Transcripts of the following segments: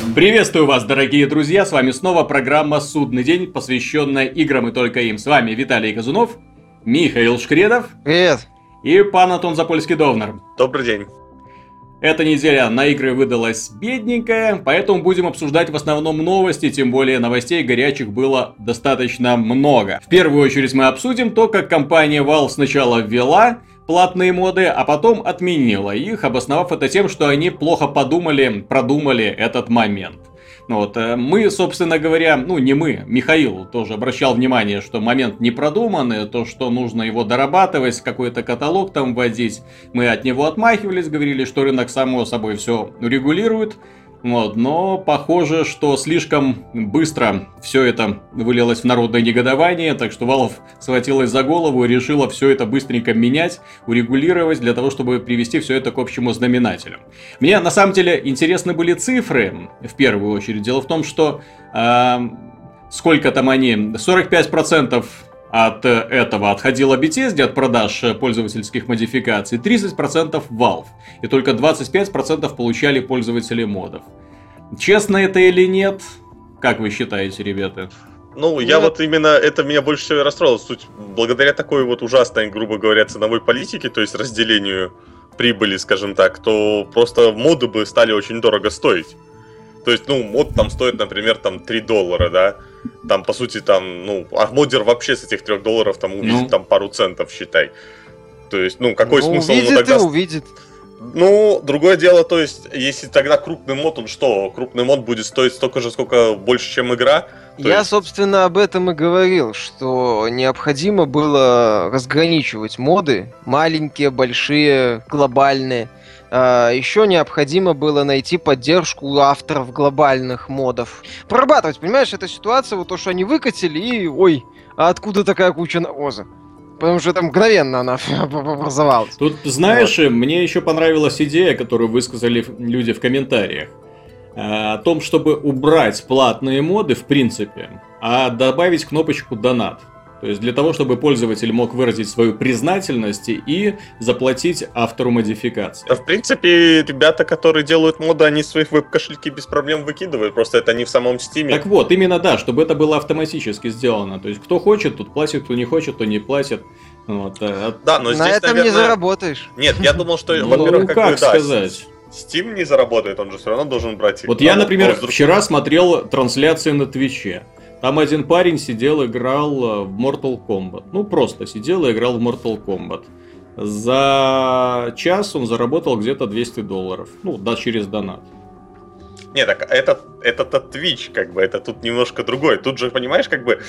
Приветствую вас, дорогие друзья, с вами снова программа «Судный день», посвященная играм и только им. С вами Виталий Казунов, Михаил Шкредов. Привет. И пан Антон Запольский-Довнер. Добрый день. Эта неделя на игры выдалась бедненькая, поэтому будем обсуждать в основном новости, тем более новостей горячих было достаточно много. В первую очередь мы обсудим то, как компания Valve сначала ввела платные моды, а потом отменила их, обосновав это тем, что они плохо продумали этот момент. Мы, собственно говоря, не мы, Михаил тоже обращал внимание, что момент не продуманный, то, что нужно его дорабатывать, какой-то каталог там вводить. Мы от него отмахивались, говорили, что рынок само собой все регулирует. Но похоже, что слишком быстро все это вылилось в народное негодование, так что Valve схватилась за голову и решила все это быстренько менять, урегулировать, для того, чтобы привести все это к общему знаменателю. Мне на самом деле интересны были цифры, в первую очередь. Дело в том, что сколько там они, 45% от этого отходила Bethesda от продаж пользовательских модификаций, 30% Valve, и только 25% получали пользователи модов. Честно это или нет? Как вы считаете, ребята? Это меня больше всего и расстроило. Суть, благодаря такой вот ужасной, грубо говоря, ценовой политике, то есть разделению прибыли, скажем так, то просто моды бы стали очень дорого стоить. То есть, мод там стоит, например, $3, да? Там, по сути, а модер вообще с этих $3 там увидит там пару центов, считай. То есть, какой смысл ему тогда... Увидит. Другое дело, то есть, если тогда крупный мод, он что? Крупный мод будет стоить столько же, сколько больше, чем игра? Собственно, об этом и говорил, что необходимо было разграничивать моды. Маленькие, большие, глобальные. Еще необходимо было найти поддержку у авторов глобальных модов. Прорабатывать, понимаешь, эта ситуация, вот то, что они выкатили, и а откуда такая куча навоза? Потому что это мгновенно она образовалась. Тут, знаешь, мне еще понравилась идея, которую высказали люди в комментариях. О том, чтобы убрать платные моды, в принципе, а добавить кнопочку «Донат». То есть для того, чтобы пользователь мог выразить свою признательность и заплатить автору модификации. Да, в принципе, ребята, которые делают моды, они своих веб-кошельки без проблем выкидывают, просто это не в самом Стиме. Так вот, именно да, чтобы это было автоматически сделано. То есть кто хочет, тот платит, кто не хочет, то не платит. Да, но здесь, на этом наверное... не заработаешь. Нет, я думал, что, во-первых, как сказать... Steam не заработает, он же все равно должен брать... Вот я, например, вчера смотрел трансляции на Твиче. Там один парень сидел, играл в Mortal Kombat. Просто сидел и играл в Mortal Kombat. За час он заработал где-то $200. Через донат. Нет, так это Twitch, это тут немножко другое. Тут же, понимаешь,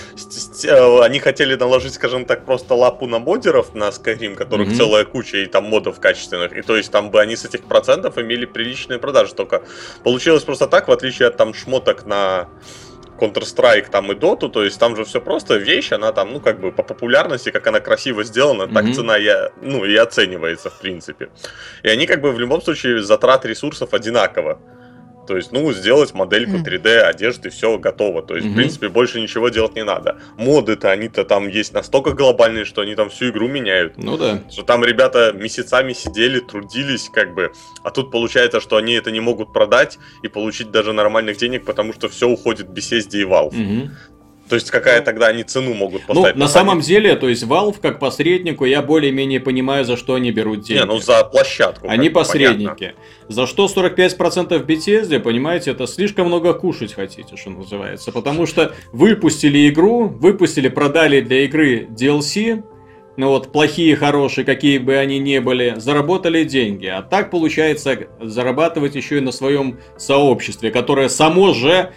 они хотели наложить, скажем так, просто лапу на модеров на Skyrim, которых целая куча, и там модов качественных. И то есть там бы они с этих процентов имели приличные продажи. Только получилось просто так, в отличие от шмоток на Counter-Strike и Dota, то есть там же все просто, вещь, она там, по популярности, как она красиво сделана, так цена и оценивается, в принципе. И они, в любом случае, затрат ресурсов одинаково. То есть, сделать модельку 3D, одежды, все готово. То есть, в принципе, больше ничего делать не надо. Моды-то, они-то там есть настолько глобальные, что они там всю игру меняют. Да. Что там ребята месяцами сидели, трудились, а тут получается, что они это не могут продать и получить даже нормальных денег, потому что все уходит Bethesda и Valve. То есть, какая тогда они цену могут поставить? На самом деле, то есть, Valve, как посреднику, я более-менее понимаю, за что они берут деньги. За площадку. Они посредники. Понятно. За что 45% Bethesda, понимаете, это слишком много кушать хотите, что называется. Потому что выпустили игру, продали для игры DLC, плохие, хорошие, какие бы они ни были, заработали деньги. А так, получается, зарабатывать еще и на своем сообществе, которое само же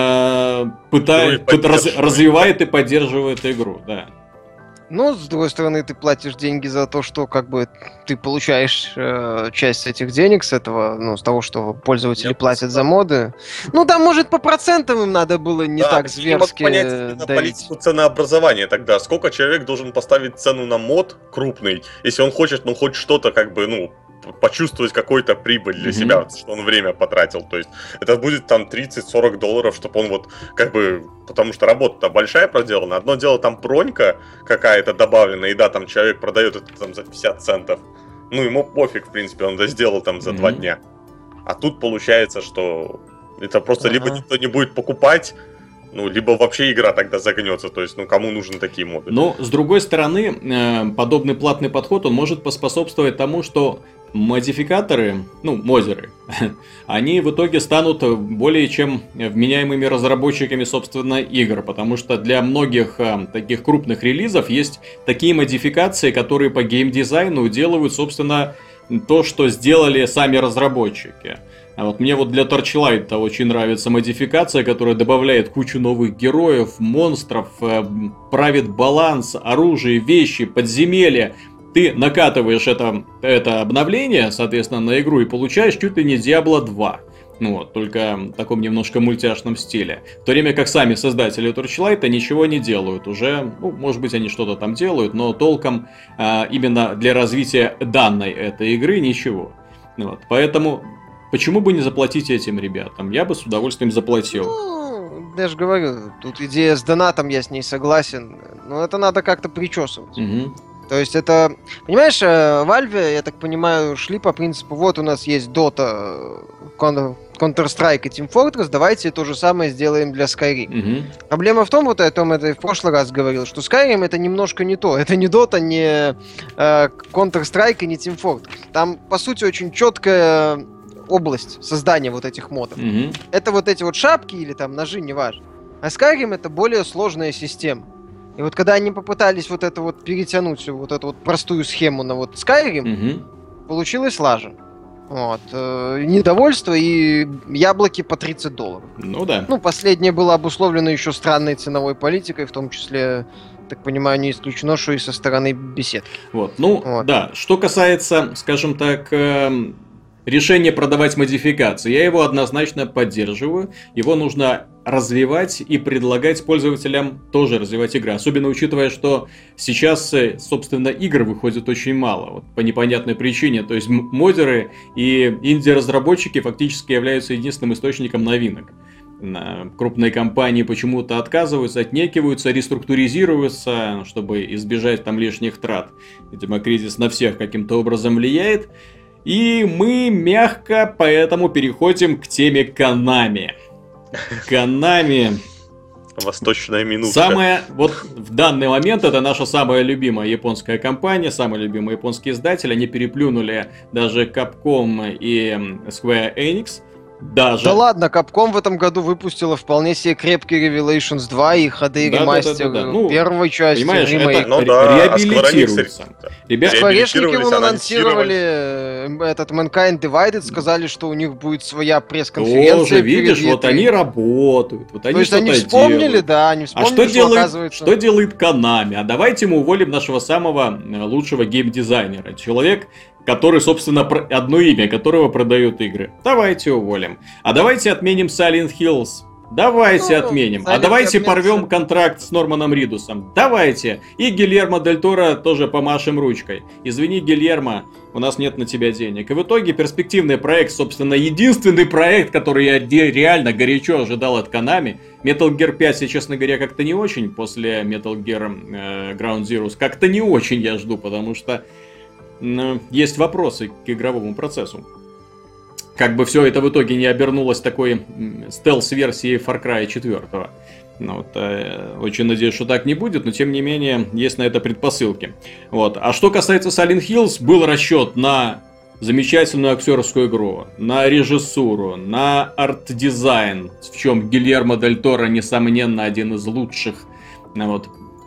развивает и поддерживает игру, да. С другой стороны, ты платишь деньги за то, что ты получаешь часть этих денег с этого, с того, что пользователи платят за моды. Там, может, по процентам им надо было не так зверски понять политику ценообразования тогда. Сколько человек должен поставить цену на мод крупный, если он хочет, хоть что-то, почувствовать какую-то прибыль для себя, что он время потратил. То есть это будет $30-40, чтобы он потому что работа-то большая проделана. Одно дело бронька какая-то добавленная, и да, человек продает это за 50 центов. Ему пофиг, в принципе, он это сделал за 2 дня. А тут получается, что Это просто либо никто не будет покупать, ну, либо вообще игра тогда загнется. То есть, ну, кому нужны такие моды? Но, с другой стороны, подобный платный подход, он может поспособствовать тому, что модификаторы, ну, модеры, они в итоге станут более чем вменяемыми разработчиками, собственно, игр. Потому что для многих таких крупных релизов есть такие модификации, которые по геймдизайну делают, собственно, то, что сделали сами разработчики. А вот мне вот для Torchlight очень нравится модификация, которая добавляет кучу новых героев, монстров, правит баланс, оружие, вещи, подземелья. Ты накатываешь это обновление, соответственно, на игру и получаешь чуть ли не Diablo 2. Ну вот, только в таком немножко мультяшном стиле. В то время как сами создатели Torchlight ничего не делают уже. Ну, может быть, они что-то там делают, но толком именно для развития данной этой игры ничего. Ну вот, поэтому... Почему бы не заплатить этим ребятам? Я бы с удовольствием заплатил. Ну, я же говорю, тут идея с донатом, я с ней согласен. Но это надо как-то причесывать. Угу. То есть это... Понимаешь, Valve, я так понимаю, шли по принципу, вот у нас есть Dota, Counter-Strike и Team Fortress, давайте то же самое сделаем для Skyrim. Угу. Проблема в том, вот я о том это и в прошлый раз говорил, что Skyrim это немножко не то. Это не Dota, не Counter-Strike и не Team Fortress. Там, по сути, очень четкая область создания вот этих модов. Угу. Это вот эти вот шапки или там ножи, неважно. А Skyrim это более сложная система. И вот когда они попытались вот это вот перетянуть всю вот эту вот простую схему на вот Skyrim, получилось лажа. Вот. Недовольство и яблоки по $30. Ну да. Ну, последнее было обусловлено еще странной ценовой политикой, в том числе, так понимаю, не исключено, что и со стороны беседки. Вот, ну, Вот. Да. Что касается, скажем так, решения продавать модификации, я его однозначно поддерживаю. Его нужно развивать и предлагать пользователям тоже развивать игры. Особенно учитывая, что сейчас, собственно, игр выходит очень мало. Вот, по непонятной причине. То есть модеры и инди-разработчики фактически являются единственным источником новинок. Крупные компании почему-то отказываются, отнекиваются, реструктуризируются, чтобы избежать там лишних трат. Видимо, кризис на всех каким-то образом влияет. И мы мягко поэтому переходим к теме Konami. Konami. Восточная минутка. Самая, вот в данный момент это наша самая любимая японская компания, самый любимый японский издатель. Они переплюнули даже Capcom и Square Enix. Даже. Да ладно, Capcom в этом году выпустила вполне себе крепкий Revelations 2 и HD ремастер Ну, первой части. Понимаешь, ремейк. это Ну да, реабилитируется. Ребята, Скворечники вон анонсировали. анонсировали этот Mankind Divided, сказали, что у них будет своя пресс-конференция. тоже, видишь, перед вот E3. они работают, вот они То есть что-то они вспомнили, делают. да, они А вспомнили, что делает Konami? А давайте мы уволим нашего самого лучшего геймдизайнера. Человек, который, собственно, одно имя которого продает игры. Давайте уволим. А давайте отменим Silent Hills. Давайте отменим. А давайте порвем контракт с Норманом Ридусом. Давайте. И Гильермо Дель Торо тоже помашем ручкой. Извини, Гильермо, у нас нет на тебя денег. И в итоге перспективный проект, собственно, единственный проект, который я реально горячо ожидал от Konami. Metal Gear 5, я, честно говоря, как-то не очень после Metal Gear Ground Zeroes. Как-то не очень я жду, потому что есть вопросы к игровому процессу. Как бы все это в итоге не обернулось такой стелс-версией Far Cry 4. Ну, вот, очень надеюсь, что так не будет, но тем не менее есть на это предпосылки. Вот. А что касается Silent Hills, был расчет на замечательную актерскую игру, на режиссуру, на арт-дизайн, в чем Гильермо Дель Торо, несомненно, один из лучших вот,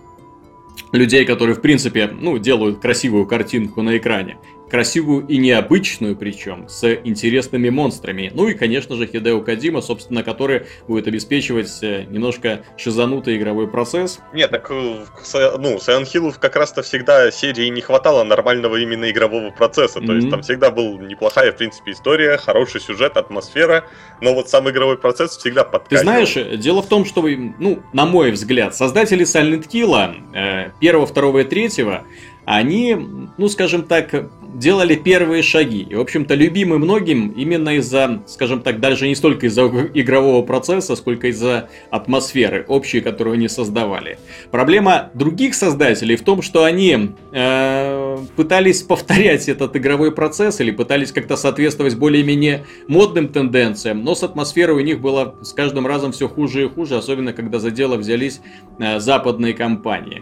людей, которые, в принципе, делают красивую картинку на экране. Красивую и необычную, причем, с интересными монстрами. Ну и, конечно же, Хидео Кодзима, собственно, который будет обеспечивать немножко шизанутый игровой процесс. Нет, так, Silent Hill как раз-то всегда серии не хватало нормального именно игрового процесса. То есть там всегда была неплохая, в принципе, история, хороший сюжет, атмосфера, но вот сам игровой процесс всегда подкачивал. Ты знаешь, дело в том, что, на мой взгляд, создатели Silent Hill 1, 2 и 3, они, скажем так, делали первые шаги. И, в общем-то, любимы многим именно из-за, скажем так, даже не столько из-за игрового процесса, сколько из-за атмосферы общей, которую они создавали. Проблема других создателей в том, что они пытались повторять этот игровой процесс или пытались как-то соответствовать более-менее модным тенденциям, но с атмосферой у них было с каждым разом все хуже и хуже, особенно когда за дело взялись западные компании.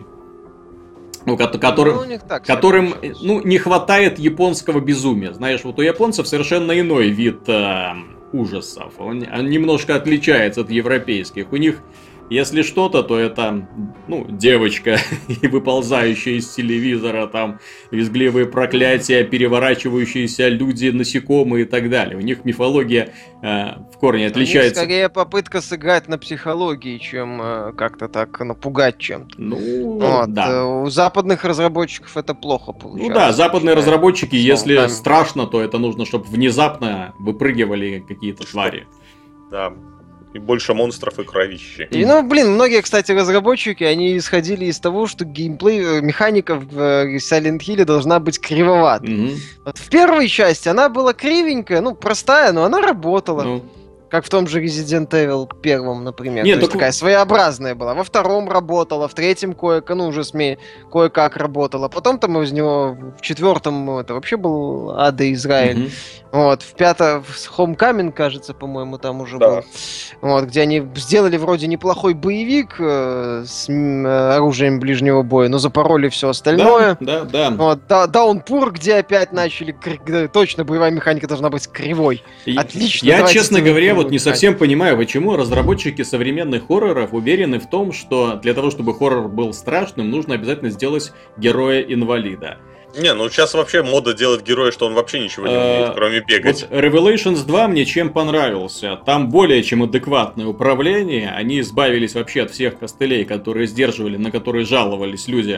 Которым не хватает японского безумия. Знаешь, вот у японцев совершенно иной вид ужасов. Он немножко отличается от европейских. У них, если что-то, то это, девочка, выползающая из телевизора, там, визгливые проклятия, переворачивающиеся люди, насекомые и так далее. У них мифология в корне отличается. У них скорее попытка сыграть на психологии, чем как-то так напугать чем-то. Да. У западных разработчиков это плохо получается. Да, западные разработчики, если страшно, то это нужно, чтобы внезапно выпрыгивали какие-то твари. Да. И больше монстров и кровищи. И, многие, кстати, разработчики, они исходили из того, что геймплей, механика в Silent Hill должна быть кривоватой. Вот в первой части она была кривенькая, простая, но она работала. Как в том же Resident Evil 1, например. Нет, такая своеобразная была. Во втором работала, в третьем кое-как работала. Потом там из него в четвертом это вообще был Ада Израиль. Вот, в пятом Homecoming, кажется, по-моему, там уже был. Вот, где они сделали вроде неплохой боевик с оружием ближнего боя, но запороли все остальное. Да. Вот, Downpour, где опять начали... Точно, боевая механика должна быть кривой. Отлично. Я, честно говоря, не совсем понимаю, почему разработчики современных хорроров уверены в том, что для того, чтобы хоррор был страшным, нужно обязательно сделать героя-инвалида. Сейчас вообще мода делать героя, что он вообще ничего не умеет, кроме бегать. Вот Revelations 2 мне чем понравился. Там более чем адекватное управление. Они избавились вообще от всех костылей, которые сдерживали, на которые жаловались люди,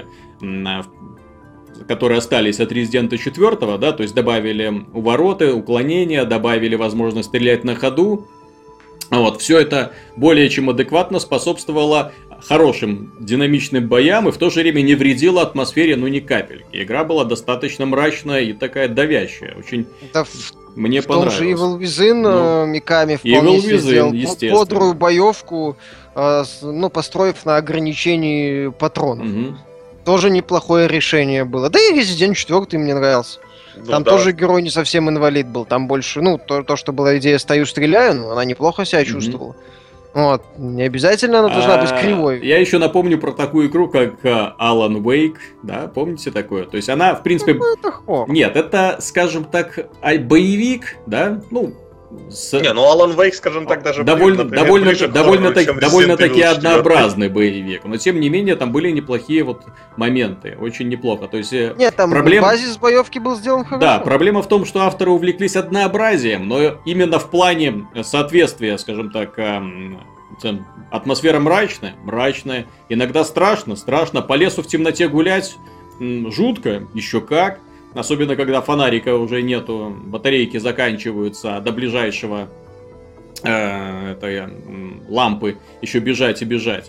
которые остались от Resident 4, да, то есть добавили увороты, уклонения, добавили возможность стрелять на ходу. Вот, все это более чем адекватно способствовало хорошим динамичным боям и в то же время не вредило атмосфере, ни капельки. Игра была достаточно мрачная и такая давящая. Очень мне понравилось. В том же Evil Within Миками вполне сделал бодрую боевку, построив на ограничении патронов. Тоже неплохое решение было. Да и Resident 4 мне нравился. Там тоже герой не совсем инвалид был. Там больше, то, что была идея «стою, стреляю», но она неплохо себя чувствовала. Вот. Не обязательно она должна быть кривой. Я еще напомню про такую игру, как Alan Wake. Да, помните такое? То есть она, в принципе... это хоррор. Нет, это, скажем так, боевик, да? Alan Wake, скажем так, даже довольно-таки однообразный боевик. Но тем не менее, там были неплохие моменты. Очень неплохо. То есть, там базис боевки был сделан хорошо. Да, проблема в том, что авторы увлеклись однообразием, но именно в плане соответствия, скажем так, атмосфера мрачная, иногда страшно, по лесу в темноте гулять жутко, еще как. Особенно, когда фонарика уже нету, батарейки заканчиваются, а до ближайшего лампы еще бежать и бежать.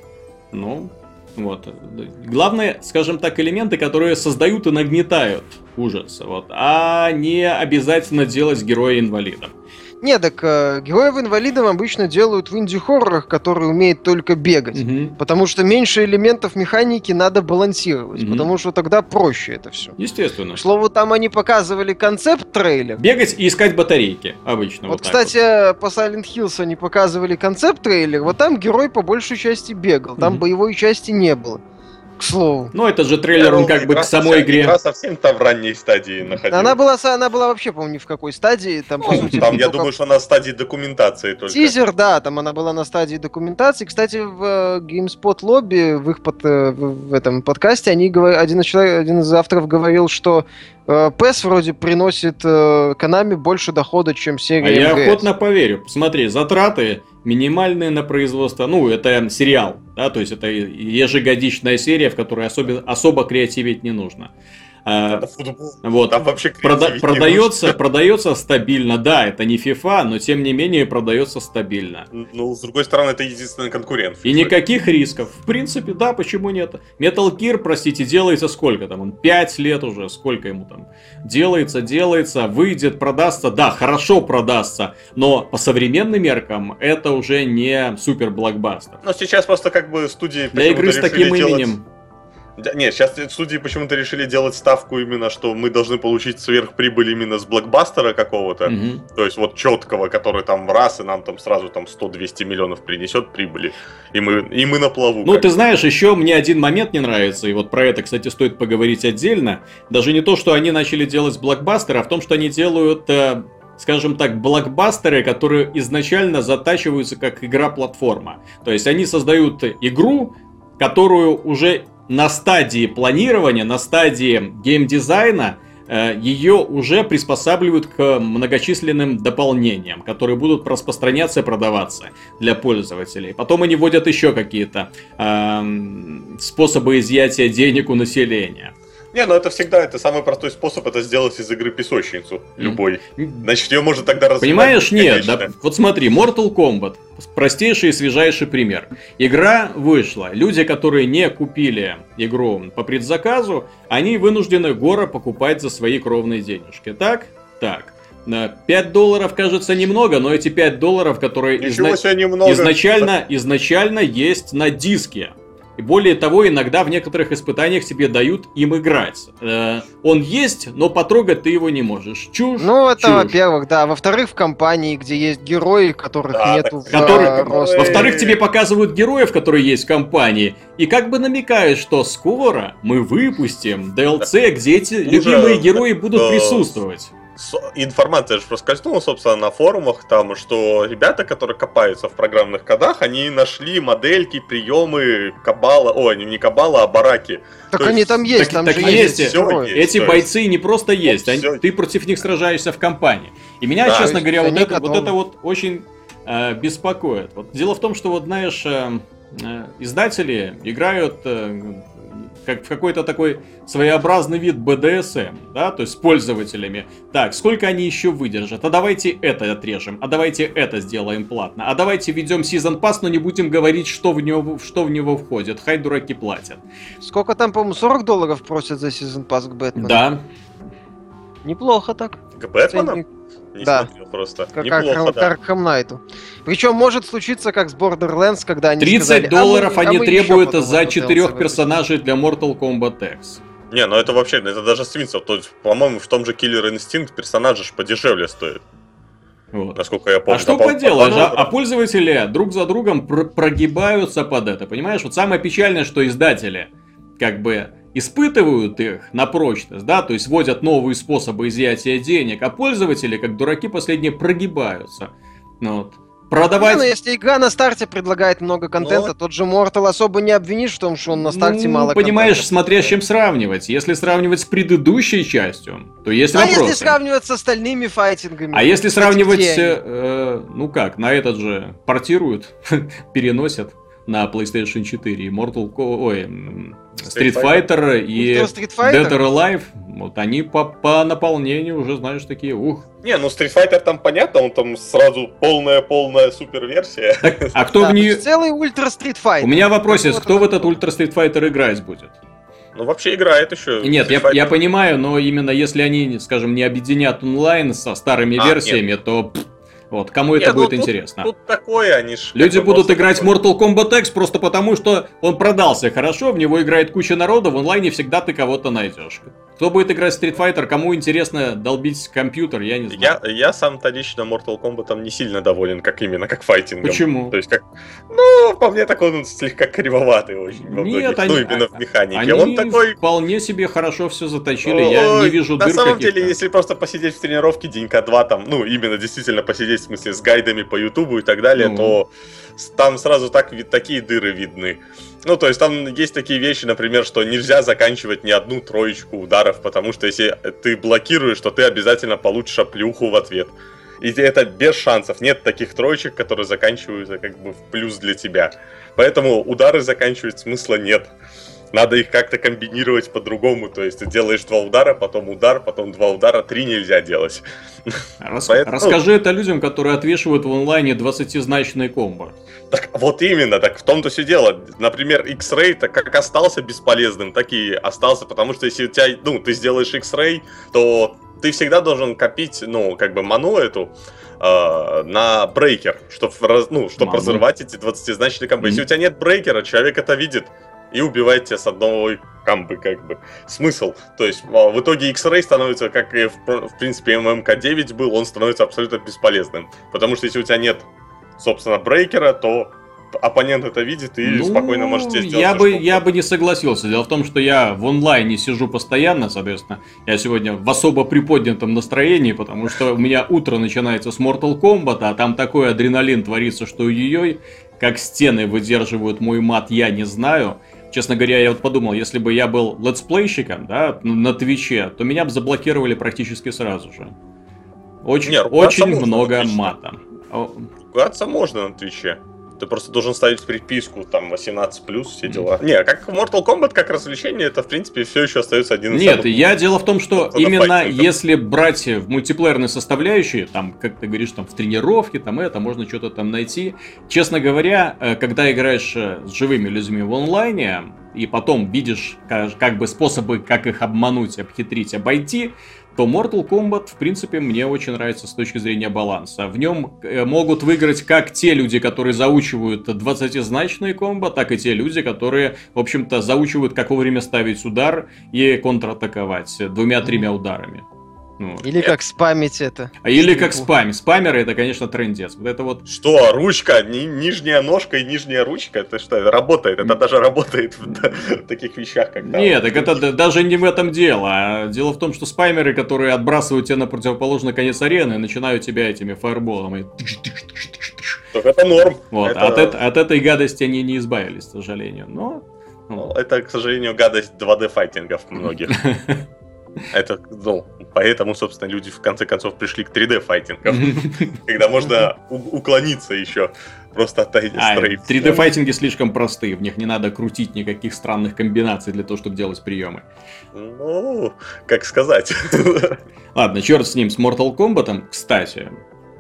Главное, скажем так, элементы, которые создают и нагнетают ужас, а не обязательно делать героя инвалидом. Нет, так героев инвалидом обычно делают в инди-хоррорах, которые умеют только бегать. Потому что меньше элементов механики надо балансировать. Потому что тогда проще это все. Естественно. К слову, там они показывали концепт-трейлер. Бегать и искать батарейки обычно. Кстати, по Silent Hills они показывали концепт-трейлер. Там герой по большей части бегал. Там боевой части не было. К слову. Это же трейлер, он как бы к самой игре. Игра совсем там в ранней стадии находилась. Она была вообще, по-моему, ни в какой стадии. Там, по сути, там я думаю, что она в стадии документации только. Тизер, да, там она была на стадии документации. Кстати, в GameSpot Lobby, в их в этом подкасте, один из авторов говорил, что PES вроде приносит Konami больше дохода, чем серия я MGS. охотно поверю. Посмотри, затраты минимальные на производство. Это сериал, да, то есть это ежегодичная серия, в которой особо креативить не нужно. Это футбол. Там вообще продается стабильно. Да, это не FIFA, но тем не менее продается стабильно. С другой стороны, это единственный конкурент. И никаких рисков. В принципе, да, почему нет? Metal Gear, простите, делается сколько там? Он 5 лет уже, сколько ему там? Делается, выйдет, продастся. Да, хорошо продастся, но по современным меркам это уже не супер блокбастер. Но сейчас просто как бы студии... Для игры с таким именем... Не, сейчас судьи почему-то решили делать ставку именно, что мы должны получить сверхприбыль именно с блокбастера какого-то. То есть вот четкого, который там раз и нам там сразу там 100-200 миллионов принесет прибыли. И мы на плаву. Ну, ты знаешь, еще мне один момент не нравится, и вот про это, кстати, стоит поговорить отдельно. Даже не то, что они начали делать блокбастеры, а в том, что они делают, скажем так, блокбастеры, которые изначально затачиваются как игра-платформа. То есть они создают игру, которую уже на стадии планирования, на стадии геймдизайна, ее уже приспосабливают к многочисленным дополнениям, которые будут распространяться и продаваться для пользователей. Потом они вводят еще какие-то способы изъятия денег у населения. Не, ну это всегда, это самый простой способ, это сделать из игры песочницу, любой. Значит, ее можно тогда развивать. Понимаешь, нет, да, вот смотри, Mortal Kombat, простейший и свежайший пример. Игра вышла, люди, которые не купили игру по предзаказу, они вынуждены горо покупать за свои кровные денежки, так? Так. $5 кажется немного, но эти $5, которые изначально есть на диске. И более того, иногда в некоторых испытаниях тебе дают им играть. Он есть, но потрогать ты его не можешь. Чушь. Ну, это во-первых, да. Во-вторых, в компании, где есть герои, которых нету Во-вторых, тебе показывают героев, которые есть в компании, и как бы намекают, что скоро мы выпустим DLC, где эти любимые герои будут присутствовать. Информация же проскользнула, собственно, на форумах, там, что ребята, которые копаются в программных кодах, они нашли модельки, приемы Кабала, не Кабала, а Бараки. Так они там есть, там же есть. Эти бойцы не просто есть, ты против них сражаешься в компании. И меня, честно говоря, вот это вот очень беспокоит. Вот дело в том, что, вот знаешь, издатели играют как в какой-то такой своеобразный вид BDSM, да, то есть с пользователями. Так, сколько они еще выдержат? А давайте это отрежем, а давайте это сделаем платно, а давайте введем Season Pass, но не будем говорить, что в него входит. Хай дураки платят. Сколько там, по-моему, $40 просят за Season Pass к Бэтмену? Да. Неплохо так. К Бэтмену? Не смотрел просто. Как Arkham Knight'у. Причем может случиться, как с Borderlands, когда они $30 они требуют за 4 персонажей для Mortal Kombat X. Не, ну это вообще, это даже свинство. То есть, по-моему, в том же Killer Instinct персонажи ж подешевле стоят. Вот. Насколько я помню. А что поделаешь, а пользователи друг за другом прогибаются под это, понимаешь? Вот самое печальное, что издатели как бы испытывают их на прочность, да, то есть вводят новые способы изъятия денег, а пользователи, как дураки последние, прогибаются. Вот. Продавать... Не, ну, если игра на старте предлагает много контента, тот же Mortal особо не обвинишь в том, что он на старте мало понимаешь, контента. Смотря с чем сравнивать. Если сравнивать с предыдущей частью, то есть вопросы. Если сравнивать с остальными файтингами? А если сравнивать, на этот же портируют, переносят на PlayStation 4 Street Fighter и Dead or Alive, вот они по наполнению уже, знаешь, такие, ух. Не, ну Street Fighter там понятно, он там сразу полная суперверсия. А кто в нее... Целый Ультра Street Fighter. У меня вопрос есть, кто в этот Ультра Street Fighter играть будет? Ну, вообще играет еще. Нет, я понимаю, но именно если они, скажем, не объединят онлайн со старыми версиями, то... Вот, кому это будет интересно? Тут такое, они ж... Люди будут играть в Mortal Kombat X просто потому, что он продался хорошо, в него играет куча народа, в онлайне всегда ты кого-то найдешь. Кто будет играть в Street Fighter, кому интересно долбить компьютер, я не знаю. Я сам-то лично Mortal Kombat не сильно доволен, как файтингом. Почему? То есть по мне так он слегка кривоватый очень. Нет, именно в механике. Они он такой... вполне себе хорошо все заточили, я не вижу дыр На самом каких-то. деле, если просто посидеть в тренировке денька-два, там, именно действительно посидеть, в смысле, с гайдами по Ютубу и так далее, то там сразу такие дыры видны. Ну, то есть там есть такие вещи, например, что нельзя заканчивать ни одну троечку ударов, потому что если ты блокируешь, то ты обязательно получишь оплюху в ответ. И это без шансов. Нет таких троечек, которые заканчиваются как бы в плюс для тебя. Поэтому удары заканчивать смысла нет. Надо их как-то комбинировать по-другому. То есть ты делаешь 2 удара, потом 2 удара, 3 нельзя делать. Расскажи это людям, которые отвешивают в онлайне 20-значные комбо. Так вот именно, так в том-то все дело. Например, X-Ray как остался бесполезным, так и остался, потому что если у тебя, ты сделаешь X-Ray, то ты всегда должен копить, ману эту на брейкер, чтобы разрывать эти 20-значные комбо. Если у тебя нет брейкера, человек это видит и убивает тебя с одной камбы, как бы. Смысл. То есть, в итоге X-Ray становится, как и, в принципе, ММК-9 был, он становится абсолютно бесполезным. Потому что если у тебя нет, собственно, брейкера, то оппонент это видит и спокойно может тебе сделать. Я бы не согласился. Дело в том, что я в онлайне сижу постоянно, соответственно. Я сегодня в особо приподнятом настроении, потому что у меня утро начинается с Mortal Kombat, а там такой адреналин творится, что ой-ой-ой, как стены выдерживают мой мат, я не знаю. Честно говоря, я вот подумал, если бы я был летсплейщиком, да, на Твиче, то меня бы заблокировали практически сразу же. Очень много мата. Ругаться можно на Твиче. Ты просто должен ставить приписку, там, 18+, все дела. Не, как Mortal Kombat, как развлечение, это, в принципе, все еще остается один из самых... Нет, дело в том, что именно если брать в мультиплеерные составляющие, там, как ты говоришь, там, в тренировке, там, можно что-то там найти. Честно говоря, когда играешь с живыми людьми в онлайне, и потом видишь, как бы, способы, как их обмануть, обхитрить, обойти, то Mortal Kombat, в принципе, мне очень нравится с точки зрения баланса. В нем могут выиграть как те люди, которые заучивают 20-значные комбо, так и те люди, которые, в общем-то, заучивают, как вовремя ставить удар и контратаковать 2-3 ударами. Или как спамить это. Или как спам. Спамеры — это, конечно, трындец. Вот это вот... Что, ручка, нижняя ножка и нижняя ручка, это что, это работает? Это даже работает в таких вещах, как... Нет, так это даже не в этом дело. А дело в том, что спамеры, которые отбрасывают тебя на противоположный конец арены, начинают тебя этими фаерболами. Так это норм. Вот. От этой гадости они не избавились, к сожалению. Но... Это, к сожалению, гадость 2D-файтингов многих. Это, поэтому, собственно, люди в конце концов пришли к 3D-файтингам, когда можно уклониться еще, просто отойти стрейф. 3D-файтинги слишком простые, в них не надо крутить никаких странных комбинаций для того, чтобы делать приемы. Ну, как сказать. Ладно, черт с ним, с Mortal Kombat, кстати.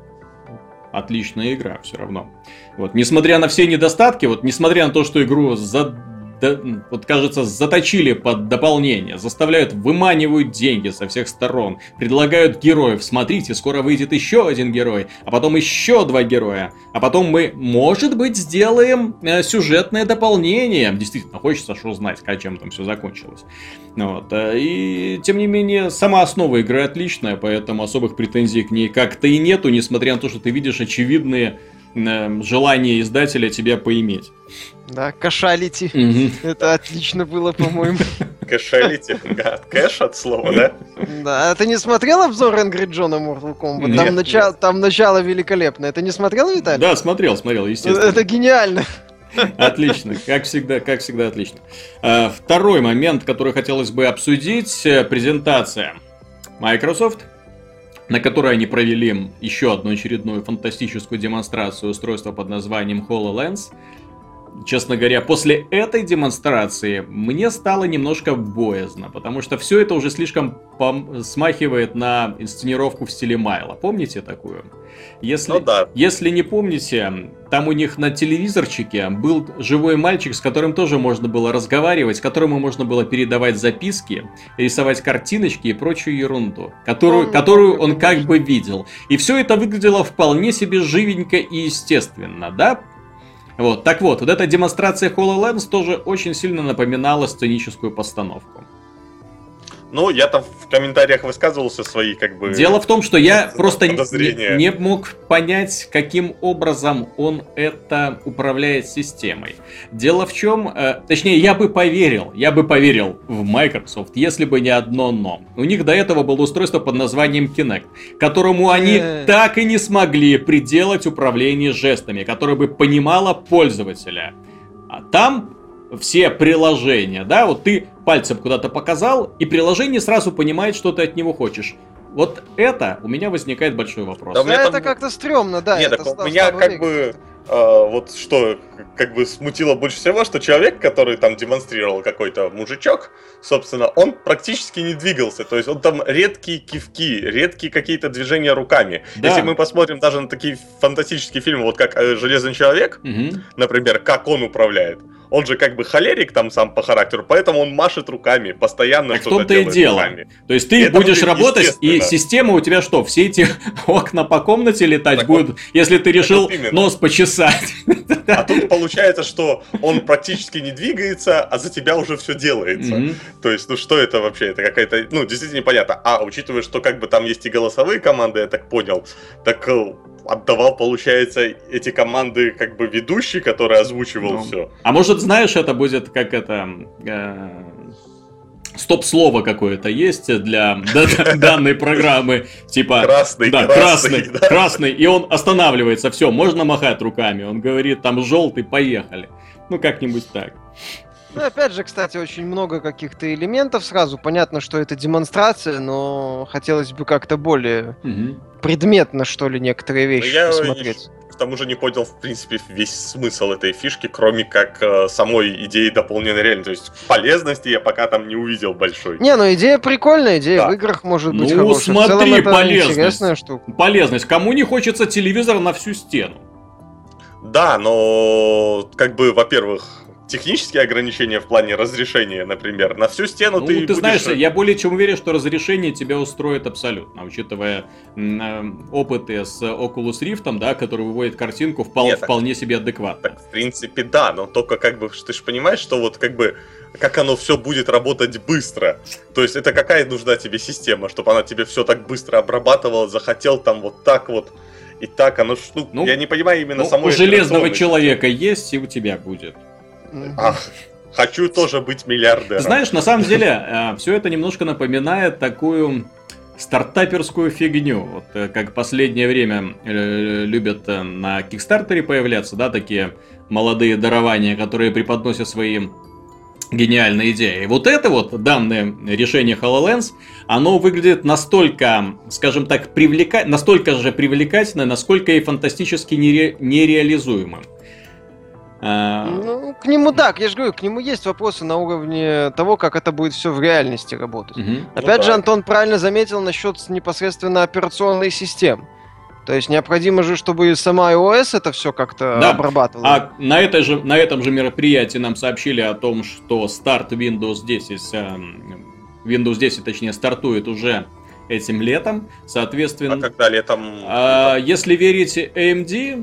Отличная игра все равно. Вот, несмотря на все недостатки, вот, несмотря на то, что игру вот, кажется, заточили под дополнение, заставляют, выманивают деньги со всех сторон, предлагают героев. Смотрите, скоро выйдет еще один герой, а потом еще 2 героя, а потом мы, может быть, сделаем сюжетное дополнение. Действительно, хочется что знать, чем там все закончилось. Вот. И, тем не менее, сама основа игры отличная, поэтому особых претензий к ней как-то и нету, несмотря на то, что ты видишь очевидные желание издателя тебя поиметь. Да, кашалити. Это отлично было, по-моему. Кашалити. Кэш от слова, да? Да, а ты не смотрел обзор Angry Joe на Mortal Kombat? Там начало великолепное. Ты не смотрел, Виталий? Да, смотрел, естественно. Это гениально. Отлично, как всегда отлично. Второй момент, который хотелось бы обсудить, презентация Microsoft, на которой они провели еще одну очередную фантастическую демонстрацию устройства под названием HoloLens. Честно говоря, после этой демонстрации мне стало немножко боязно, потому что все это уже слишком смахивает на инсценировку в стиле Майла. Помните такую? Если не помните, там у них на телевизорчике был живой мальчик, с которым тоже можно было разговаривать, которому можно было передавать записки, рисовать картиночки и прочую ерунду, которую он как бы видел. И все это выглядело вполне себе живенько и естественно, да? Вот, так вот эта демонстрация HoloLens тоже очень сильно напоминала сценическую постановку. Ну, я там в комментариях высказывался свои, как бы... Дело в том, что я просто не мог понять, каким образом он это управляет системой. Дело в чем... Точнее, я бы поверил в Microsoft, если бы не одно но. У них до этого было устройство под названием Kinect, которому они так и не смогли приделать управление жестами, которое бы понимало пользователя. А там... все приложения, да, вот ты пальцем куда-то показал, и приложение сразу понимает, что ты от него хочешь. Вот это у меня возникает большой вопрос. Да, это как-то стрёмно, да. Нет, так у меня как бы вот что как бы смутило больше всего, что человек, который там демонстрировал, какой-то мужичок, собственно, он практически не двигался. То есть он там редкие кивки, редкие какие-то движения руками. Да. Если мы посмотрим даже на такие фантастические фильмы, вот как «Железный человек», например, как он управляет. он же как бы холерик там сам по характеру, поэтому он машет руками, постоянно так что-то в том-то и делает дело. руками. То есть ты будешь работать, и естественно. система у тебя что, все эти окна по комнате летать Так будут, если ты решил вот именно. нос почесать? А тут получается, что он практически не двигается, а за тебя уже все делается. Мгм. То есть, ну что это вообще? Это какая-то, ну, действительно непонятно. А учитывая, что как бы там есть и голосовые команды, я так понял, так отдавал, получается, эти команды как бы ведущий, который озвучивал Ну, все. А может, знаешь, это будет как это... стоп-слово какое-то есть для данной программы, типа... Красный, Да, красный, красный, да. красный, и он останавливается, все, можно махать руками. Он говорит, там, желтый, поехали. Ну, как-нибудь так. Ну, опять же, кстати, очень много каких-то элементов сразу. Понятно, что это демонстрация, но хотелось бы как-то более Мгм. предметно, что ли, некоторые вещи Я посмотреть. к тому же не понял, в принципе, весь смысл этой фишки, кроме как самой идеи дополненной реальности. То есть полезности я пока там не увидел большой. Не, ну идея прикольная, идея Да. в играх может быть Ну, хорошая. В целом смотри, это полезность. интересная штука. Полезность. Кому не хочется телевизор на всю стену? Да, но как бы, во-первых, технические ограничения в плане разрешения, например, на всю стену Ну, ты ты будешь... знаешь, я более чем уверен, что разрешение тебя устроит абсолютно, учитывая опыты с Oculus Rift, да, который выводит картинку Нет, так- вполне себе адекватно. Так, в принципе, да, но только как бы, ты же понимаешь, что вот как бы, как оно все будет работать быстро. То есть это какая нужна тебе система, чтобы она тебе все так быстро обрабатывала, захотел там вот так вот, и так, оно ж, Ну, я не понимаю именно Ну, самой у железного операционной человека есть, и у тебя будет. Мгм. системы. Хочу тоже быть миллиардером. Ты знаешь, на самом деле, все это немножко напоминает такую стартаперскую фигню. Вот как последнее время любят на Кикстартере появляться, да, такие молодые дарования, которые преподносят свои гениальные идеи. И вот это вот данное решение HoloLens, оно выглядит настолько, скажем так, настолько же привлекательно, насколько и фантастически нереализуемым. Ну, к нему так, я же говорю, к нему есть вопросы на уровне того, как это будет все в реальности работать. Мгм. Опять же, да. Антон правильно заметил насчет непосредственно операционной системы. То есть необходимо же, чтобы и сама iOS это все как-то Да. обрабатывала. А на этом же мероприятии нам сообщили о том, что старт Windows 10, Windows 10, точнее, стартует уже этим летом. Соответственно, А когда летом... если верить AMD,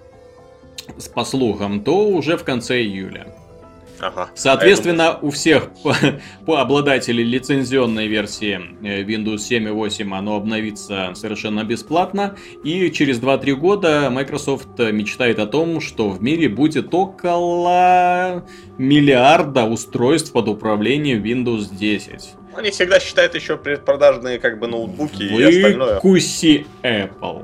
по слухам, то уже в конце июля. Ага. Соответственно, у всех по обладателей лицензионной версии Windows 7 и 8 оно обновится совершенно бесплатно. И через 2-3 года Microsoft мечтает о том, что в мире будет около миллиарда устройств под управлением Windows 10. Они всегда считают еще предпродажные как бы ноутбуки и остальное. Выкуси Apple.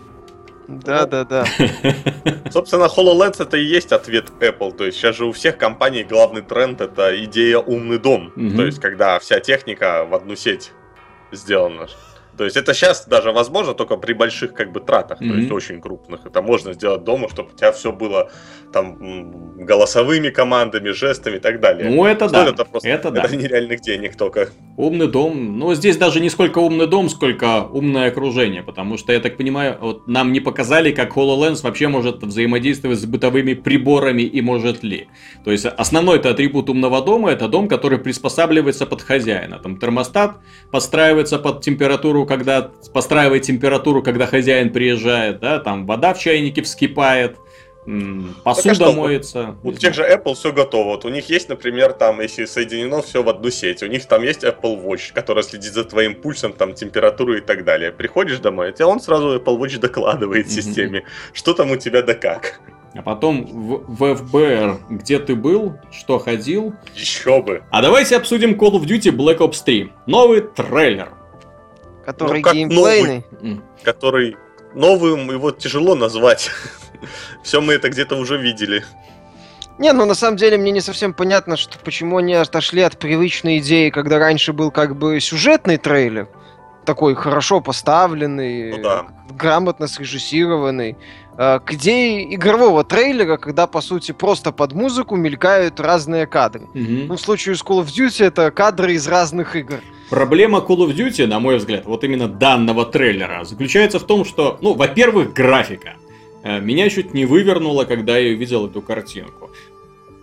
Да. Собственно, HoloLens это и есть ответ Apple. То есть сейчас же у всех компаний главный тренд это идея умный дом. Мгм. То есть когда вся техника в одну сеть сделана. То есть это сейчас даже возможно только при больших как бы тратах, то есть Мгм. очень крупных. Это можно сделать дома, чтобы у тебя все было там голосовыми командами, жестами и так далее. Ну, это Стоит да. это просто Это да. это нереальных денег только. Умный дом. Но здесь даже не сколько умный дом, сколько умное окружение. Потому что, я так понимаю, вот нам не показали, как HoloLens вообще может взаимодействовать с бытовыми приборами и может ли. То есть основной-то атрибут умного дома — это дом, который приспосабливается под хозяина. Там термостат подстраивается под температуру, подстраивает температуру, когда хозяин приезжает. Да? Там вода в чайнике вскипает. Посуда что, моется. У тех же Apple все готово. Вот у них есть, например, там, если соединено все в одну сеть, у них там есть Apple Watch, который следит за твоим пульсом, там, температурой и так далее. Приходишь домой, а он сразу Apple Watch докладывает Мгм. системе, что там у тебя да как. А потом в FBR, где ты был, что ходил. Еще бы. А давайте обсудим Call of Duty Black Ops 3. Новый трейлер. Который Ну, как геймплейный. Который новым его тяжело назвать. Все мы это где-то уже видели. Не, ну на самом деле мне не совсем понятно, почему они отошли от привычной идеи, когда раньше был как бы сюжетный трейлер, такой хорошо поставленный, Ну да. грамотно срежиссированный, к идее игрового трейлера, когда по сути просто под музыку мелькают разные кадры. Ну, в случае с Call of Duty это кадры из разных игр. Проблема Call of Duty, на мой взгляд, вот именно данного трейлера, заключается в том, что, ну, во-первых, графика. Меня чуть не вывернуло, когда я увидел эту картинку.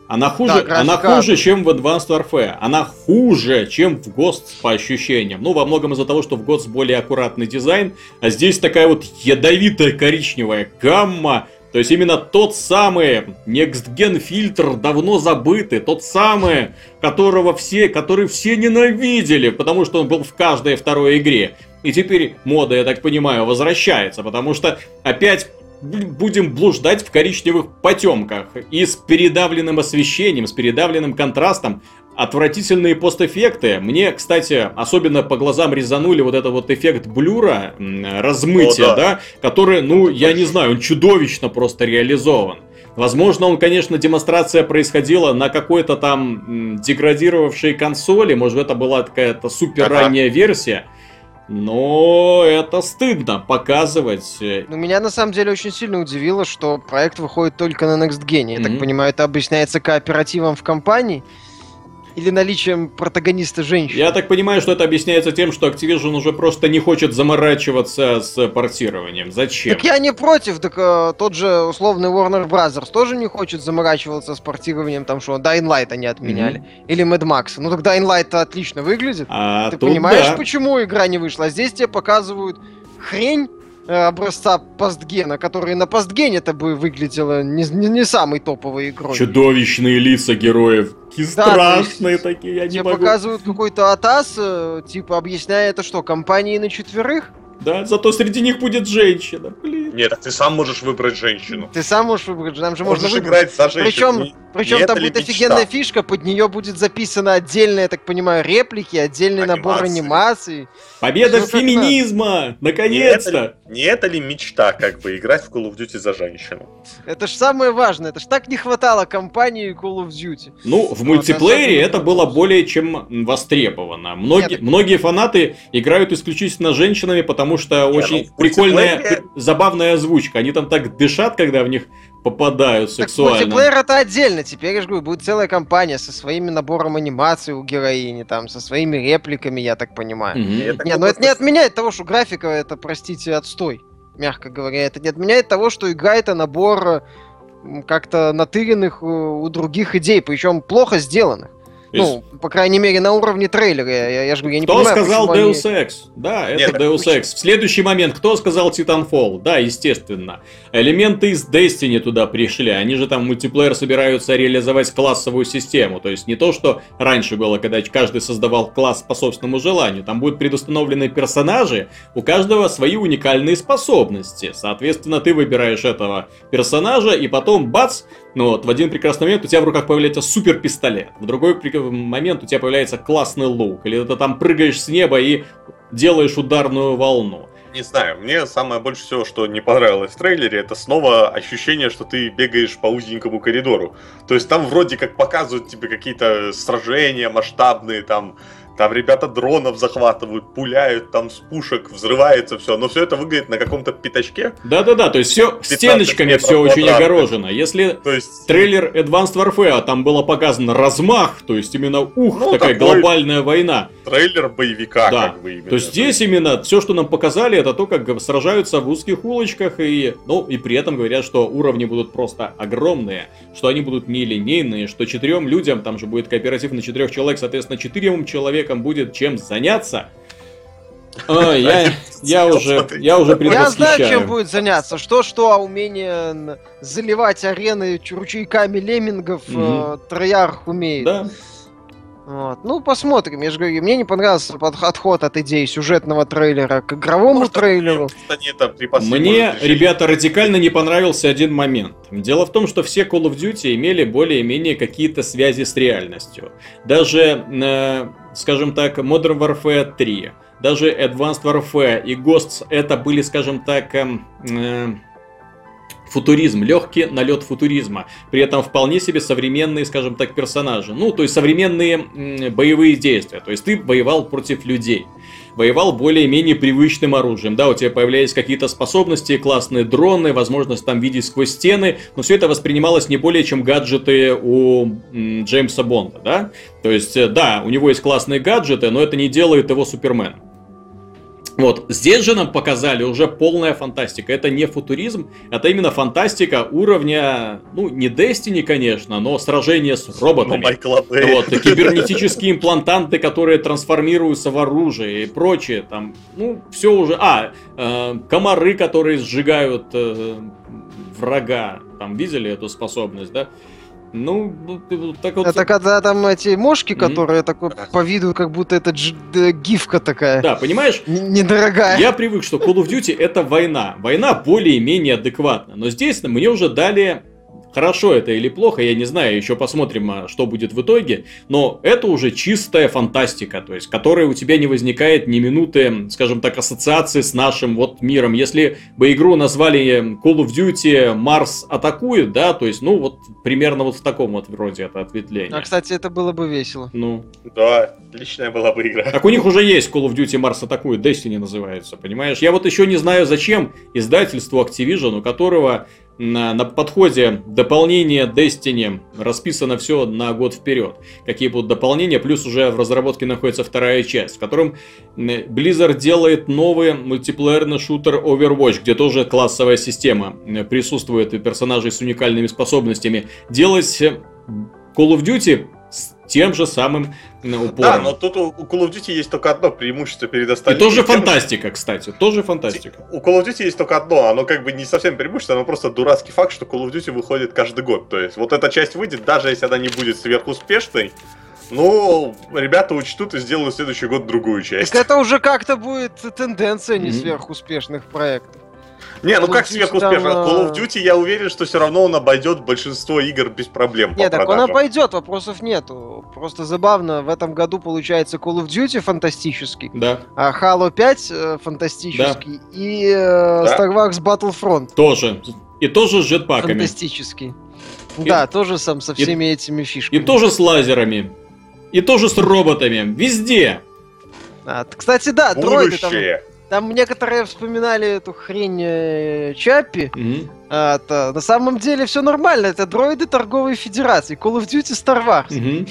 Она хуже, чем в Advanced Warfare. Она хуже, чем в Ghosts по ощущениям. Ну, во многом из-за того, что в Ghosts более аккуратный дизайн, а здесь такая вот ядовитая коричневая гамма. То есть именно тот самый Next Gen фильтр давно забытый, тот самый, который все ненавидели, потому что он был в каждой второй игре. И теперь мода, я так понимаю, возвращается, потому что опять будем блуждать в коричневых потемках. И с передавленным освещением, с передавленным контрастом. Отвратительные постэффекты. Мне, кстати, особенно по глазам резанули вот этот вот эффект блюра, размытия, да, который, ну, я не знаю, он чудовищно просто реализован. Возможно, демонстрация происходила на какой-то там деградировавшей консоли, может, это была какая-то супер ранняя версия. Но это стыдно показывать. Ну, меня на самом деле очень сильно удивило, что проект выходит только на Next Gen. Я так понимаю, это объясняется кооперативом в компании? Или наличием протагониста женщины? Я так понимаю, что это объясняется тем, что Activision уже просто не хочет заморачиваться с портированием. Зачем? Так я не против, так тот же условный Warner Brothers тоже не хочет заморачиваться с портированием, там что, Dying Light они отменяли. Или Mad Max. Ну так Dying Light-то отлично выглядит. Ты понимаешь, почему игра не вышла? А здесь тебе показывают хрень образца постгена, который на постгене-то бы выглядела не самой топовой игрой. Чудовищные лица героев. Какие страшные такие, я не могу. Тебе показывают какой-то атас, типа объясняя это что, компании на 4? Да, зато среди них будет женщина, блин. Нет, так ты сам можешь выбрать женщину. Ты сам можешь выбрать, там же можно играть за женщину. Причем там будет офигенная фишка, под нее будет записано отдельно, я так понимаю, реплики, отдельный набор анимаций. Победа феминизма! Наконец-то! Не это ли мечта, как бы, играть в Call of Duty за женщину? Это ж самое важное, это ж так не хватало компании Call of Duty. Ну, в мультиплеере это было более чем востребовано. Многие фанаты играют исключительно женщинами, потому что очень прикольная, забавная озвучка. Они там так дышат, когда в них попадают сексуально. Так мультиплеер это отдельно. Теперь, я же говорю, будет целая компания со своим набором анимации у героини, там, со своими репликами, я так понимаю. Но это не отменяет того, что графика это, простите, отстой, мягко говоря. Это не отменяет того, что игра это набор как-то натыренных у других идей, причем плохо сделанных. Ну, по крайней мере, на уровне трейлера. Я же говорю, я не понимаю, кто сказал Deus Ex? Да, это Deus Ex. В следующий момент, кто сказал Titanfall? Да, естественно. Элементы из Destiny туда пришли. Они же там в мультиплеер собираются реализовать классовую систему. То есть не то, что раньше было, когда каждый создавал класс по собственному желанию. Там будут предустановлены персонажи, у каждого свои уникальные способности. Соответственно, ты выбираешь этого персонажа, и потом, бац, ну вот, в один прекрасный момент у тебя в руках появляется супер пистолет. В другой момент у тебя появляется классный лук. Или ты там прыгаешь с неба и делаешь ударную волну. Не знаю, мне самое больше всего, что не понравилось в трейлере, это снова ощущение, что ты бегаешь по узенькому коридору. То есть там вроде как показывают тебе какие-то сражения масштабные, там ребята дронов захватывают, пуляют, там с пушек взрывается все, но все это выглядит на каком-то пятачке. Да-да-да, то есть все стеночками все очень огорожено. Если трейлер Advanced Warfare, там было показано размах, то есть именно такая глобальная война. Трейлер боевика, да. Как бы именно. То есть здесь именно все, что нам показали, это то, как сражаются в узких улочках, и при этом говорят, что уровни будут просто огромные, что они будут нелинейные, что 4 людям, там же будет кооператив на 4 человек, соответственно, 4 человекам будет чем заняться. Я уже предвосхищаю. Я знаю, чем будет заняться. А умение заливать арены ручейками леммингов Троярх умеет. Да. Вот. Ну, посмотрим. Я же говорю, мне не понравился отход от идеи сюжетного трейлера к игровому трейлеру. Мне, ребята, радикально не понравился один момент. Дело в том, что все Call of Duty имели более-менее какие-то связи с реальностью. Даже, скажем так, Modern Warfare 3, даже Advanced Warfare и Ghosts это были, скажем так, футуризм, легкий налет футуризма. При этом вполне себе современные, скажем так, персонажи. Ну, то есть современные боевые действия. То есть ты воевал против людей. Воевал более-менее привычным оружием. Да, у тебя появлялись какие-то способности, классные дроны, возможность там видеть сквозь стены. Но все это воспринималось не более чем гаджеты у Джеймса Бонда, да? То есть, да, у него есть классные гаджеты, но это не делает его Суперменом. Вот, здесь же нам показали уже полная фантастика. Это не футуризм, это именно фантастика уровня, ну, не Destiny, конечно, но сражение с роботами. Вот, кибернетические имплантанты, которые трансформируются в оружие и прочее. Там, ну, все уже... комары, которые сжигают врага. Там, видели эту способность, да? Ну, так вот... Это когда там эти мошки, которые такой по виду, как будто это гифка такая. Да, понимаешь? Недорогая. Я привык, что Call of Duty это война. Война более-менее адекватна. Но здесь мне уже дали... Хорошо это или плохо, я не знаю, еще посмотрим, что будет в итоге. Но это уже чистая фантастика, то есть, которой у тебя не возникает ни минуты, скажем так, ассоциации с нашим вот миром. Если бы игру назвали Call of Duty Марс атакует, да, то есть, ну, вот примерно вот в таком вот вроде это ответвление. А, кстати, это было бы весело. Ну. Да, отличная была бы игра. Так у них уже есть Call of Duty Марс атакует, Destiny называется, понимаешь? Я вот еще не знаю, зачем издательству Activision, у которого... На подходе дополнение Destiny расписано все на год вперед. Какие будут дополнения, плюс уже в разработке находится вторая часть, в котором Blizzard делает новый мультиплеерный шутер Overwatch, где тоже классовая система присутствует и персонажей с уникальными способностями. Делать Call of Duty с тем же самым упором. Да, но тут у Call of Duty есть только одно преимущество перед остальными. И тоже фантастика, кстати, тоже фантастика. У Call of Duty есть только одно, оно как бы не совсем преимущество, оно просто дурацкий факт, что Call of Duty выходит каждый год. То есть вот эта часть выйдет, даже если она не будет сверхуспешной, ну, ребята учтут и сделают в следующий год другую часть. Так это уже как-то будет тенденция не сверхуспешных проектов. Не, ну как сверхуспешно? Call of Duty, я уверен, что все равно он обойдет большинство игр без проблем. Нет, так он обойдет, вопросов нету. Просто забавно, в этом году получается Call of Duty фантастический, да. А Halo 5 фантастический, да. И Star Wars Battlefront. Тоже. И тоже с джетпаками. Фантастический. Да, тоже сам со всеми этими фишками. И тоже с лазерами. И тоже с роботами. Везде. Кстати, да, дроиды там... Будущее. Там некоторые вспоминали эту хрень Чаппи. На самом деле все нормально. Это дроиды торговой федерации. Call of Duty Star Wars.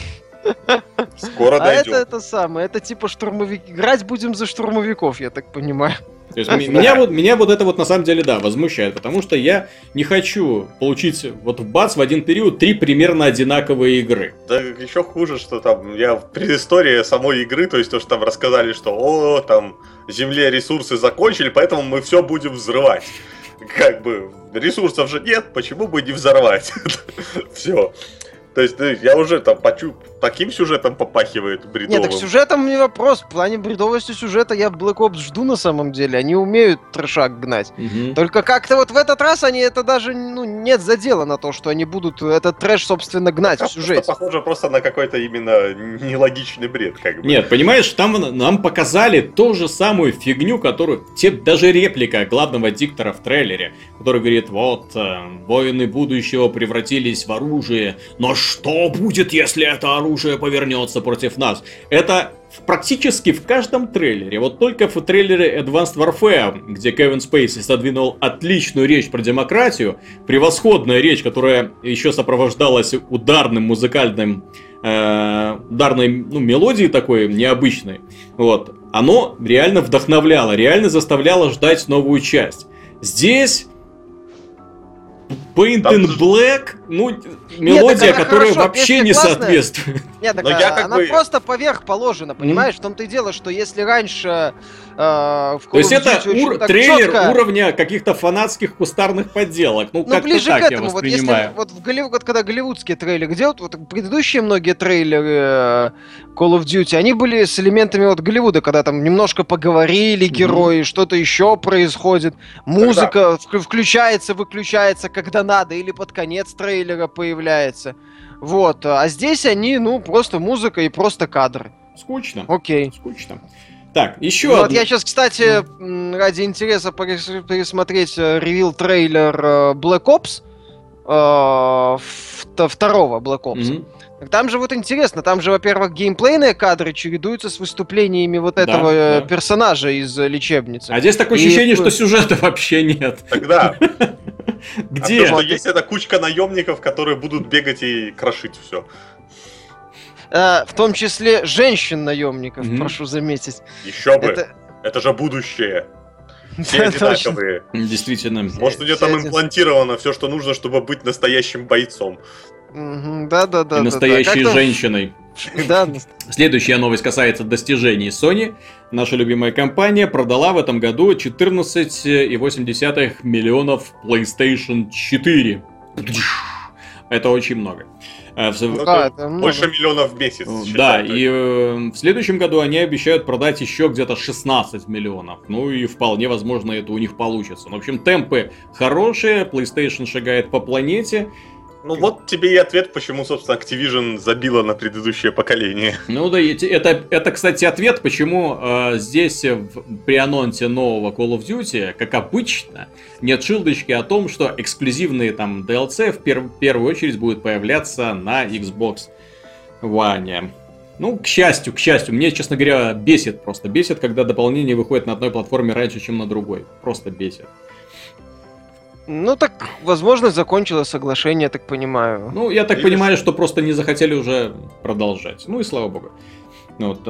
Скоро дойдем. Это самое. Это типа штурмовики. Играть будем за штурмовиков, я так понимаю. То есть меня вот это вот на самом деле, да, возмущает, потому что я не хочу получить вот в один период 3 примерно одинаковые игры. Да еще хуже, что там, я в предыстории самой игры, то есть то, что там рассказали, что там Земле ресурсы закончили, поэтому мы все будем взрывать. Как бы ресурсов же нет, почему бы не взорвать? Все. То есть, я уже там таким сюжетом попахивает бредовым. Нет, так сюжетом не вопрос. В плане бредовости сюжета я Black Ops жду на самом деле. Они умеют трешак гнать. Только как-то вот в этот раз они это даже, нет задела на то, что они будут этот трэш, собственно, гнать в сюжете. Это похоже просто на какой-то именно нелогичный бред, как бы. Нет, понимаешь, там нам показали ту же самую фигню, которую... Даже реплика главного диктора в трейлере, который говорит, вот, воины будущего превратились в оружие, но что будет, если это оружие повернется против нас? Это практически в каждом трейлере. Вот только в трейлере Advanced Warfare, где Кевин Спейси задвинул отличную речь про демократию, превосходная речь, которая еще сопровождалась ударной мелодией такой необычной. Вот. Оно реально вдохновляло, реально заставляло ждать новую часть. Здесь... Paint in Black, мелодия, которая вообще не соответствует. Нет, так она просто поверх положена, понимаешь? В том-то и дело, что если раньше в Call of Duty... То есть это трейлер уровня каких-то фанатских кустарных подделок. Ну, как-то ближе так к этому. я воспринимаю. Вот в Голливуд, когда голливудские трейлеры делают, вот предыдущие многие трейлеры Call of Duty, они были с элементами вот Голливуда, когда там немножко поговорили герои, что-то еще происходит, музыка включается, выключается, когда надо, или под конец трейлера появляется. Вот. А здесь они, просто музыка и просто кадры. Скучно. Окей. Скучно. Так, еще вот я сейчас, кстати, ради интереса пересмотреть ревил трейлер Black Ops, второго Black Ops. Там же вот интересно, там же, во-первых, геймплейные кадры чередуются с выступлениями вот этого персонажа из лечебницы. А здесь такое ощущение, что сюжета вообще нет. Тогда. Где? Есть эта кучка наемников, которые будут бегать и крошить все. В том числе женщин-наемников, прошу заметить. Еще бы. Это же будущее. Все Да, точно. одинаковые. Действительно. Может, у нее там имплантировано все, что нужно, чтобы быть настоящим бойцом. Да. И настоящей женщиной. Да, Следующая новость касается достижений Sony. Наша любимая компания продала в этом году 14,8 миллионов PlayStation 4. Это очень много. Это это больше много. миллионов в месяц. Да, считай. и в следующем году они обещают продать еще где-то 16 миллионов. Ну и вполне возможно это у них получится. Ну, в общем, темпы хорошие, PlayStation шагает по планете. Ну вот тебе и ответ, почему, собственно, Activision забила на предыдущее поколение. Ну да, это, кстати, ответ, почему здесь при анонсе нового Call of Duty, как обычно, нет шилдочки о том, что эксклюзивные там DLC в первую очередь будут появляться на Xbox One. Ну, к счастью, мне, честно говоря, бесит, когда дополнение выходит на одной платформе раньше, чем на другой. Просто бесит. Ну так, возможно, закончилось соглашение, я так понимаю. Ну, я так Видишь? понимаю, что просто не захотели уже продолжать. Ну и слава богу. Вот,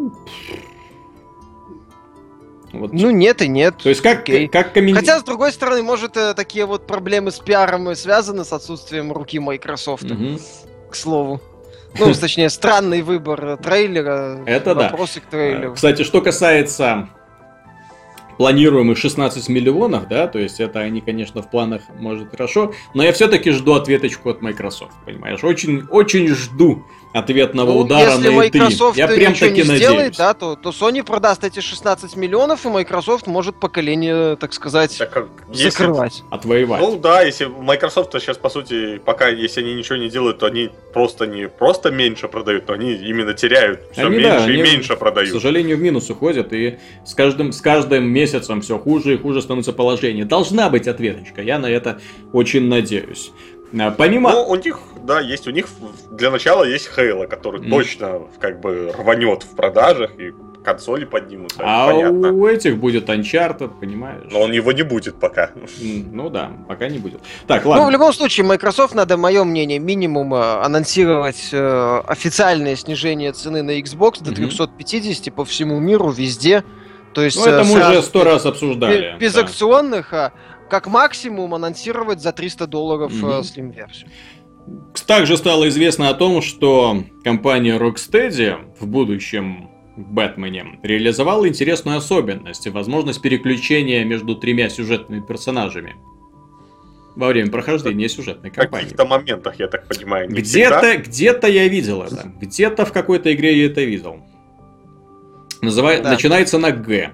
вот. Ну нет и нет. То есть как Окей. комментировать? Хотя, с другой стороны, может, такие вот проблемы с пиаром и связаны с отсутствием руки Microsoft, к слову. Ну, точнее, странный выбор трейлера, Это да. вопросы к трейлеру. Кстати, что касается планируемых 16 миллионов, да, то есть это они, конечно, в планах, может, хорошо, но я все-таки жду ответочку от Microsoft, понимаешь? Очень, очень жду ответного удара если на E3. Microsoft Я прям ничего таки не надеюсь. сделает, да, то Sony продаст эти 16 миллионов, и Microsoft может поколение, так сказать, Так как если- закрывать. Отвоевать. Ну да, если Microsoft сейчас, по сути, пока если они ничего не делают, то они не просто меньше продают, но они именно теряют. Все Они, меньше да, и они, меньше к продают. сожалению, в минус уходят, и с каждым месяцем все хуже и хуже становится положение. Должна быть ответочка, я на это очень надеюсь. Помимо... Ну, у них для начала есть Halo, который точно как бы рванет в продажах, и консоли поднимутся, А понятно. у этих будет Uncharted, понимаешь? Но он его не будет пока. Ну да, пока не будет. Так, Ну, ладно. в любом случае, Microsoft, надо, мое мнение, минимум анонсировать официальное снижение цены на Xbox до 350 по всему миру, везде. То есть, Ну, это мы сразу уже 100 раз обсуждали. без да. акционных, а как максимум анонсировать за $300 Slim-версию. Также стало известно о том, что компания Rocksteady в будущем в Бэтмене реализовала интересную особенность, возможность переключения между 3 сюжетными персонажами во время прохождения сюжетной В кампании. каких-то моментах, я так понимаю, не всегда. Где-то я видел это. Где-то в какой-то игре я это видел. Да. Начинается на Г.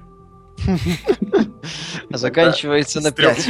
А заканчивается на 5.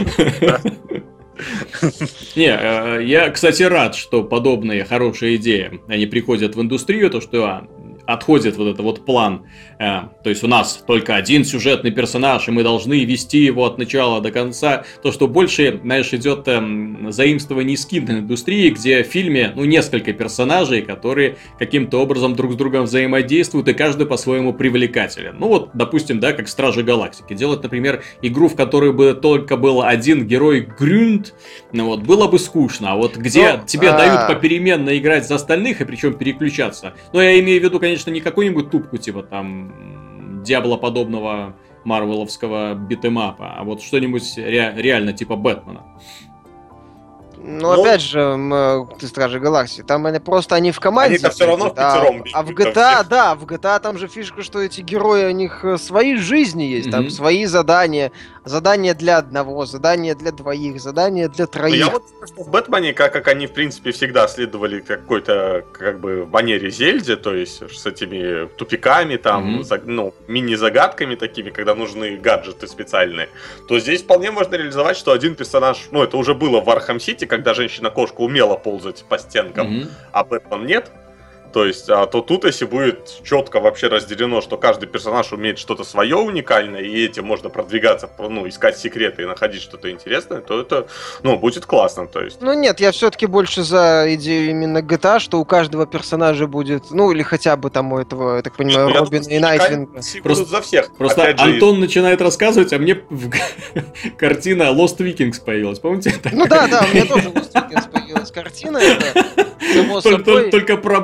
Не, я, кстати, рад, что подобные хорошие идеи, они приходят в индустрию, то, что отходит вот этот вот план. То есть у нас только один сюжетный персонаж, и мы должны вести его от начала до конца. То, что больше, знаешь, идет заимствование из киноиндустрии, где в фильме, несколько персонажей, которые каким-то образом друг с другом взаимодействуют, и каждый по-своему привлекателен. Ну вот, допустим, да, как Стражи Галактики. Делать, например, игру, в которой бы только был один герой Грюнд, было бы скучно. А вот где тебе дают попеременно играть за остальных, и причем переключаться. Но я имею в виду, конечно, не какую-нибудь тупку, типа там Диабло-подобного марвеловского битэмапа, а вот что-нибудь реально типа Бэтмена. Ну, опять же, ты Стражи Галактики, там они в команде. Они-то все равно в пятером А в бегут, GTA, в GTA там же фишка, что эти герои, у них свои жизни есть, там свои задания. Задания для одного, задания для двоих, задания для троих. Я вот что в Бэтмене, как они, в принципе, всегда следовали какой-то, как бы, в манере Зельды, то есть с этими тупиками, там, мини-загадками такими, когда нужны гаджеты специальные, то здесь вполне можно реализовать, что один персонаж, это уже было в Arkham City, когда женщина-кошка умела ползать по стенкам, а Бэтмен нет. То есть, то тут, если будет четко вообще разделено, что каждый персонаж умеет что-то свое уникальное, и этим можно продвигаться, искать секреты и находить что-то интересное, то это, будет классно, то есть. Ну нет, я все-таки больше за идею именно GTA, что у каждого персонажа будет, или хотя бы там у этого, я так понимаю, Робина и Найтвинга. Просто за всех. Просто Антон начинает рассказывать, а мне картина Lost Vikings появилась, помните? Ну да, у меня тоже Lost Vikings появилась картина, это само собой. Только про Бэтмена.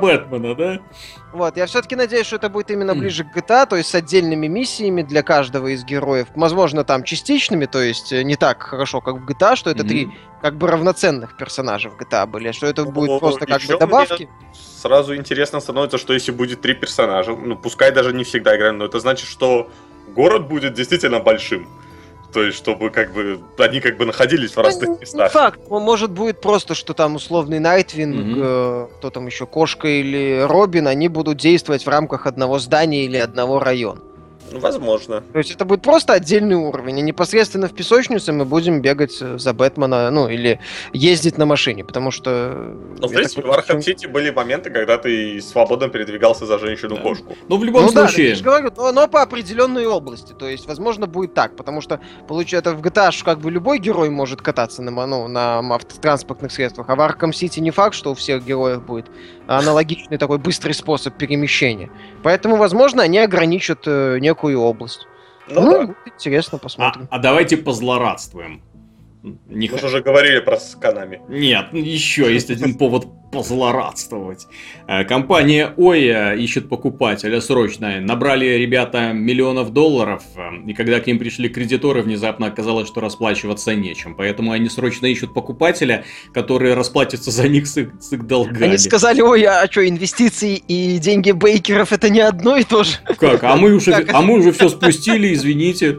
Бэтмена, да? Вот, я все-таки надеюсь, что это будет именно ближе к GTA, то есть с отдельными миссиями для каждого из героев. Возможно, там частичными, то есть не так хорошо, как в GTA, что это три как бы равноценных персонажа в GTA были, что это будет просто как бы добавки. Сразу интересно становится, что если будет 3 персонажа, ну пускай даже не всегда играем, но это значит, что город будет действительно большим. То есть, чтобы как бы они как бы находились в разных местах. Факт. Может будет просто, что там условный Найтвинг, кто там еще, Кошка или Робин, они будут действовать в рамках одного здания или одного района. Возможно. То есть это будет просто отдельный уровень, и непосредственно в песочнице мы будем бегать за Бэтмена, ну, или ездить на машине, потому что... Ну, в принципе, в Arkham City были моменты, когда ты свободно передвигался за женщину-кошку. Ну, в любом случае... Да, я же говорю, но по определенной области, то есть, возможно, будет так, потому что, получается, в GTA как бы любой герой может кататься на автотранспортных средствах, а в Arkham City не факт, что у всех героев будет аналогичный такой быстрый способ перемещения. Поэтому, возможно, они ограничат некую область. Ну, будет интересно, посмотрим. А давайте позлорадствуем. Мы же уже говорили про Konami. Нет, еще есть один повод позлорадствовать. Компания Oya ищет покупателя срочно. Набрали ребята $1 миллионов, и когда к ним пришли кредиторы, внезапно оказалось, что расплачиваться нечем. Поэтому они срочно ищут покупателя, который расплатится за них с их долгами. Они сказали: ой, а что, инвестиции и деньги бейкеров это не одно и то же? Как? А мы уже все спустили, извините.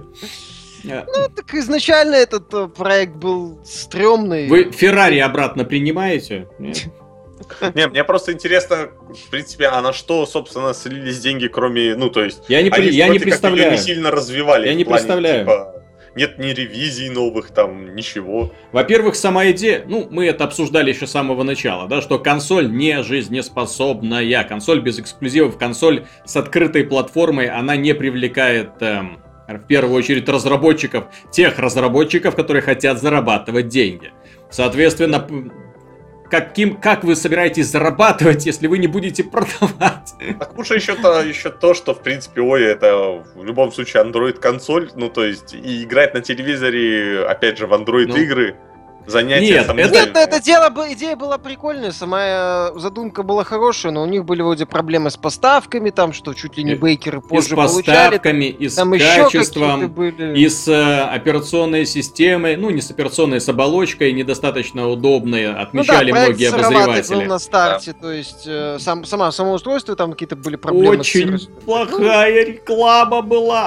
Ну, так изначально этот проект был стрёмный. Вы Феррари обратно принимаете? Нет? Не, мне просто интересно, в принципе, а на что, собственно, слились деньги, кроме, ну, то есть... Я не представляю. Они не сильно развивали. Я не представляю. Типа, нет ни ревизий новых, там, ничего. Во-первых, сама идея, ну, мы это обсуждали еще с самого начала, да, что консоль не жизнеспособная. Консоль без эксклюзивов, консоль с открытой платформой, она не привлекает... в первую очередь разработчиков, тех разработчиков, которые хотят зарабатывать деньги. Соответственно, как вы собираетесь зарабатывать, если вы не будете продавать? Так лучше еще то, что в принципе Oya это в любом случае Android консоль, ну то есть и играть на телевизоре, опять же, в Android игры. Занятие Нет, идея была прикольная, сама задумка была хорошая, но у них были вроде проблемы с поставками, там, что чуть ли не бейкеры позже получали. И с поставками, и с качеством, и с операционной системой, ну не с операционной, с оболочкой, недостаточно удобной, отмечали многие обозреватели. Был на старте, то есть само устройство, там какие-то были проблемы. Очень плохая реклама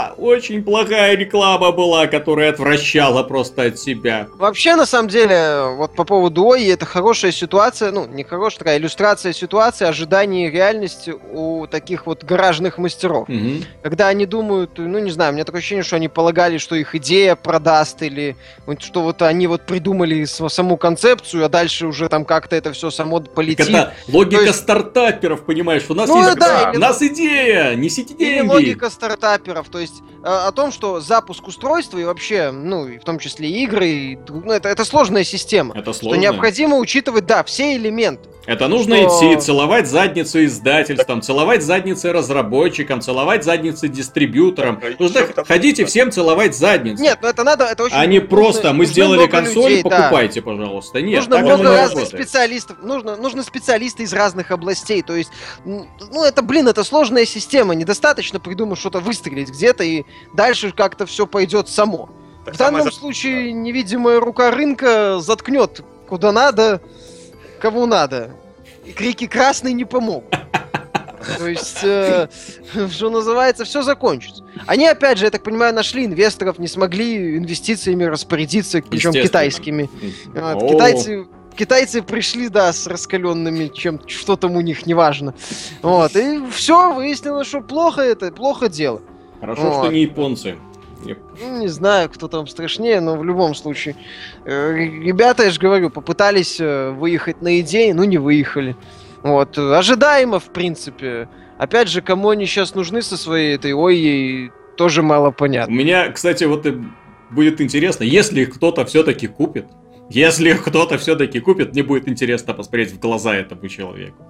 была, которая отвращала просто от себя. Вообще, на самом деле, вот по поводу Oya, это хорошая ситуация, ну, не хорошая, такая иллюстрация ситуации ожидания реальности у таких вот гаражных мастеров. Когда они думают, ну, не знаю, у меня такое ощущение, что они полагали, что их идея продаст, или что вот они вот придумали саму концепцию, а дальше уже там как-то это все само полетит. Это логика стартаперов, понимаешь, у нас есть нас идея, несите деньги. Или логика стартаперов, то есть о том, что запуск устройства и вообще, ну, и в том числе игры, ну, это сложная система. Это сложно. Что необходимо учитывать, да, все элементы. Это нужно идти, целовать задницу издательствам, целовать задницы разработчикам, целовать задницы дистрибьюторам. Нужно ходите всем целовать задницу. Нет, ну это надо, это очень... А не просто, мы сделали консоль, покупайте, пожалуйста. Нет, нужно много разных специалистов, нужно специалисты из разных областей, то есть, ну это сложная система, недостаточно придумать что-то выстрелить где-то и дальше как-то все пойдет само. В данном случае невидимая рука рынка заткнет куда надо, кого надо. И крики «красный» не помогут. То есть, что называется, все закончится. Они, опять же, я так понимаю, нашли инвесторов, не смогли инвестициями распорядиться, причем китайскими. Китайцы пришли, да, с раскаленными, что там у них, неважно. Вот, и все, выяснилось, что плохо дело. Хорошо, что не японцы. Ну, не знаю, кто там страшнее, но в любом случае. Ребята, я же говорю, попытались выехать на идеи, но не выехали. Вот, ожидаемо, в принципе. Опять же, кому они сейчас нужны со своей этой Oya, тоже мало понятно. У меня, кстати, вот будет интересно, если их кто-то все-таки купит. Если их кто-то все-таки купит, мне будет интересно посмотреть в глаза этому человеку.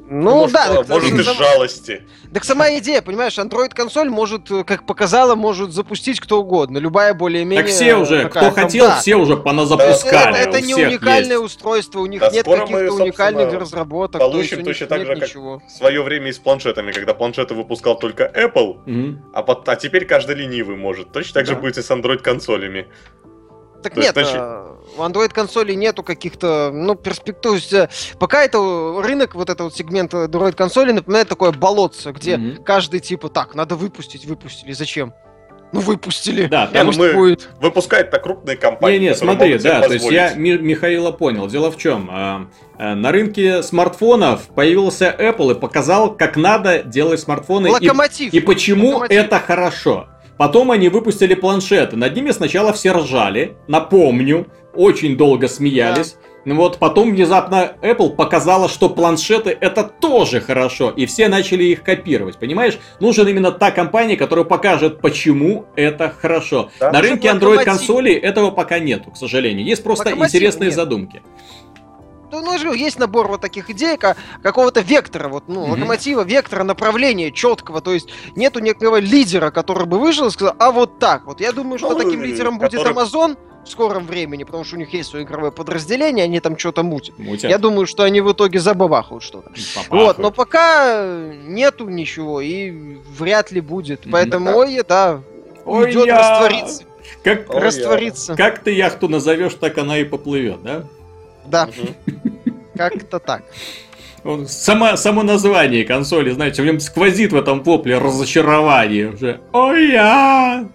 Ну да, может из жалости. Так сама идея, понимаешь, Android-консоль может, как показала, может запустить кто угодно. Любая более-менее... Так все уже, кто хотел, все уже поназапускали. Это не уникальное устройство, у них нет каких-то уникальных разработок. Получим точно так же, как в свое время и с планшетами, когда планшеты выпускал только Apple, а теперь каждый ленивый может. Точно так же будет и с Android-консолями. Так нет, у Android-консолей нету каких-то, перспектив. Пока это рынок, вот этот вот сегмент Android-консолей напоминает такое болотце, где каждый типа, так, надо выпустили, зачем? Выпустили. Да, там будет. Выпускают-то крупные компании. Не, смотри, да, то есть я Михаила понял. Дело в чем? На рынке смартфонов появился Apple и показал, как надо делать смартфоны. Локомотив. И почему это хорошо. Потом они выпустили планшеты. Над ними сначала все ржали, напомню, очень долго смеялись. Да. Вот потом внезапно Apple показала, что планшеты это тоже хорошо, и все начали их копировать, понимаешь? Нужна именно та компания, которая покажет, почему это хорошо. Да, на рынке Android-консолей этого пока нету, к сожалению. Есть просто интересные задумки. Ну, есть набор вот таких идей, какого-то вектора, локомотива, вектора, направления четкого, то есть нету некого лидера, который бы вышел и сказал, а вот так вот. Я думаю, что таким лидером будет Amazon в скором времени, потому что у них есть свое игровое подразделение, они там что-то мутят. Я думаю, что они в итоге забабахают что-то. Вот, но пока нету ничего и вряд ли будет, поэтому, уйдет раствориться. Раствориться. Как ты яхту назовешь, так она и поплывет, да? Да, как-то так. Само название консоли, знаете, в нем сквозит в этом вопле разочарование уже. Ой-я!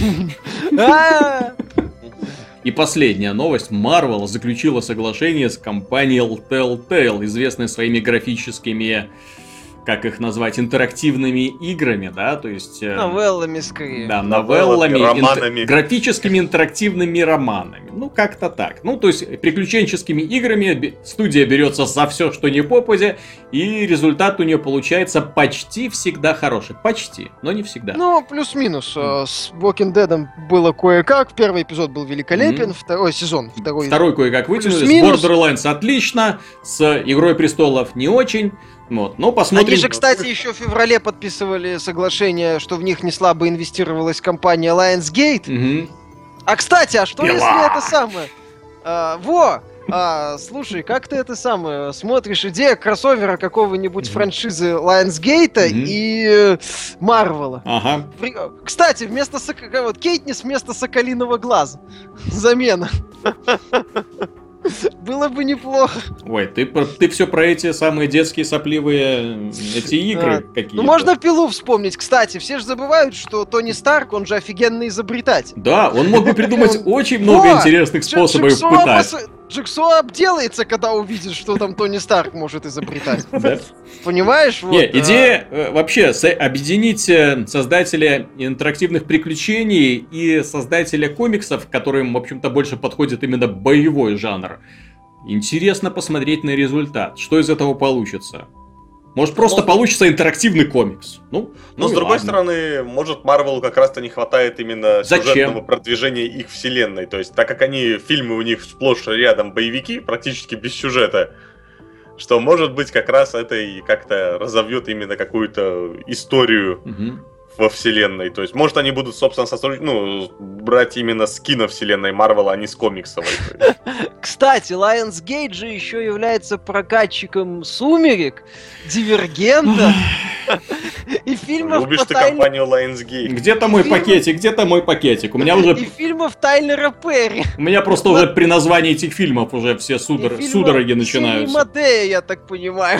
И последняя новость. Marvel заключила соглашение с компанией Telltale, известной своими графическими, как их назвать, интерактивными играми, да, то есть... Новеллами скорее. Да, новеллами, графическими интерактивными романами. Ну, как-то так. Ну, то есть, приключенческими играми студия берется за все, что не попадя, и результат у нее получается почти всегда хороший. Почти, но не всегда. Ну, плюс-минус. С Walking Dead было кое-как. Первый эпизод был великолепен, второй сезон. Второй кое-как вытянули. С Borderlands отлично, с Игрой Престолов не очень. Вот, но посмотрим. Они же, кстати, еще в феврале подписывали соглашение, что в них не слабо инвестировалась компания Lionsgate. А, кстати, что если это самое? Слушай, как ты это самое смотришь? Идея кроссовера какого-нибудь франшизы Lionsgate и Марвела. Ага. Кстати, вместо Кейтнис вместо Соколиного глаза. Замена. Было бы неплохо. Ой, ты все про эти самые детские сопливые эти игры какие-то. Ну, можно Пилу вспомнить. Кстати, все же забывают, что Тони Старк, он же офигенный изобретатель. Да, он мог бы придумать очень много интересных способов пытать. Джигсо обделается, когда увидит, что там Тони Старк может изобретать. Понимаешь? Не, идея вообще объединить создателя интерактивных приключений и создателя комиксов, которым, в общем-то, больше подходит именно боевой жанр. Интересно посмотреть на результат. Что из этого получится? Может, просто получится интерактивный комикс. Но с другой стороны, может, Marvel как раз-то не хватает именно сюжетного продвижения их вселенной. То есть, так как фильмы у них сплошь рядом боевики, практически без сюжета, что, может быть, как раз это и как-то разовьет именно какую-то историю во вселенной. То есть, может, они будут, собственно, брать именно с киновселенной Марвела, а не с комиксовой. Кстати, Lionsgate же еще является прокатчиком «Сумерек», «Дивергента» и фильмов Любишь ты компанию Lionsgate. Где-то мой пакетик, где-то мой пакетик. У меня уже... И фильмов Тайлера Перри. У меня просто уже при названии этих фильмов уже все судороги начинаются. И Мадея, я так понимаю.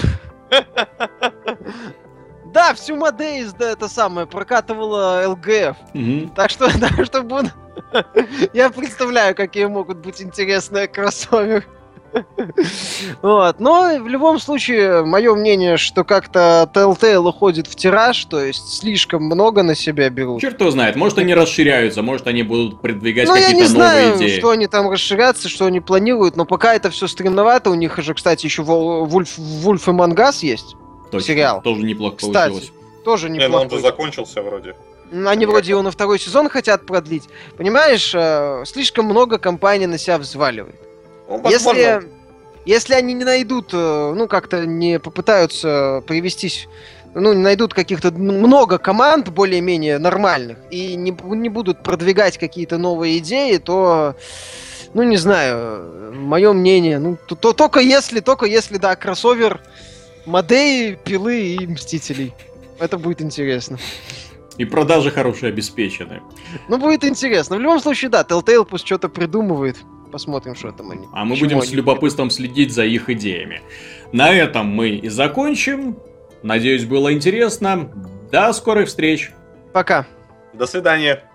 Да, всю Мадеис, это самое, прокатывала ЛГФ. Так что, буду... Я представляю, какие могут быть интересные кроссоверы. Вот. Но в любом случае, мое мнение, что как-то Telltale уходит в тираж, то есть слишком много на себя берут. Черт его знает, может они расширяются, может они будут продвигать какие-то новые идеи. Ну я не знаю, что они там расширятся, что они планируют, но пока это все стремновато, у них же, кстати, еще Вульф и Мангас есть. Точно, сериал. Тоже неплохо получилось. Тоже неплохо. Он же закончился вроде. Они вроде его на второй сезон хотят продлить. Понимаешь, слишком много компаний на себя взваливает. Если они не найдут, как-то не попытаются привестись, не найдут каких-то много команд более-менее нормальных и не будут продвигать какие-то новые идеи, то, не знаю, мое мнение, только если, да, кроссовер Мадеи, Пилы и Мстителей. Это будет интересно. И продажи хорошие обеспечены. Будет интересно. В любом случае, да, Telltale пусть что-то придумывает. Посмотрим, что там они. А мы будем с любопытством следить за их идеями. На этом мы и закончим. Надеюсь, было интересно. До скорых встреч. Пока. До свидания.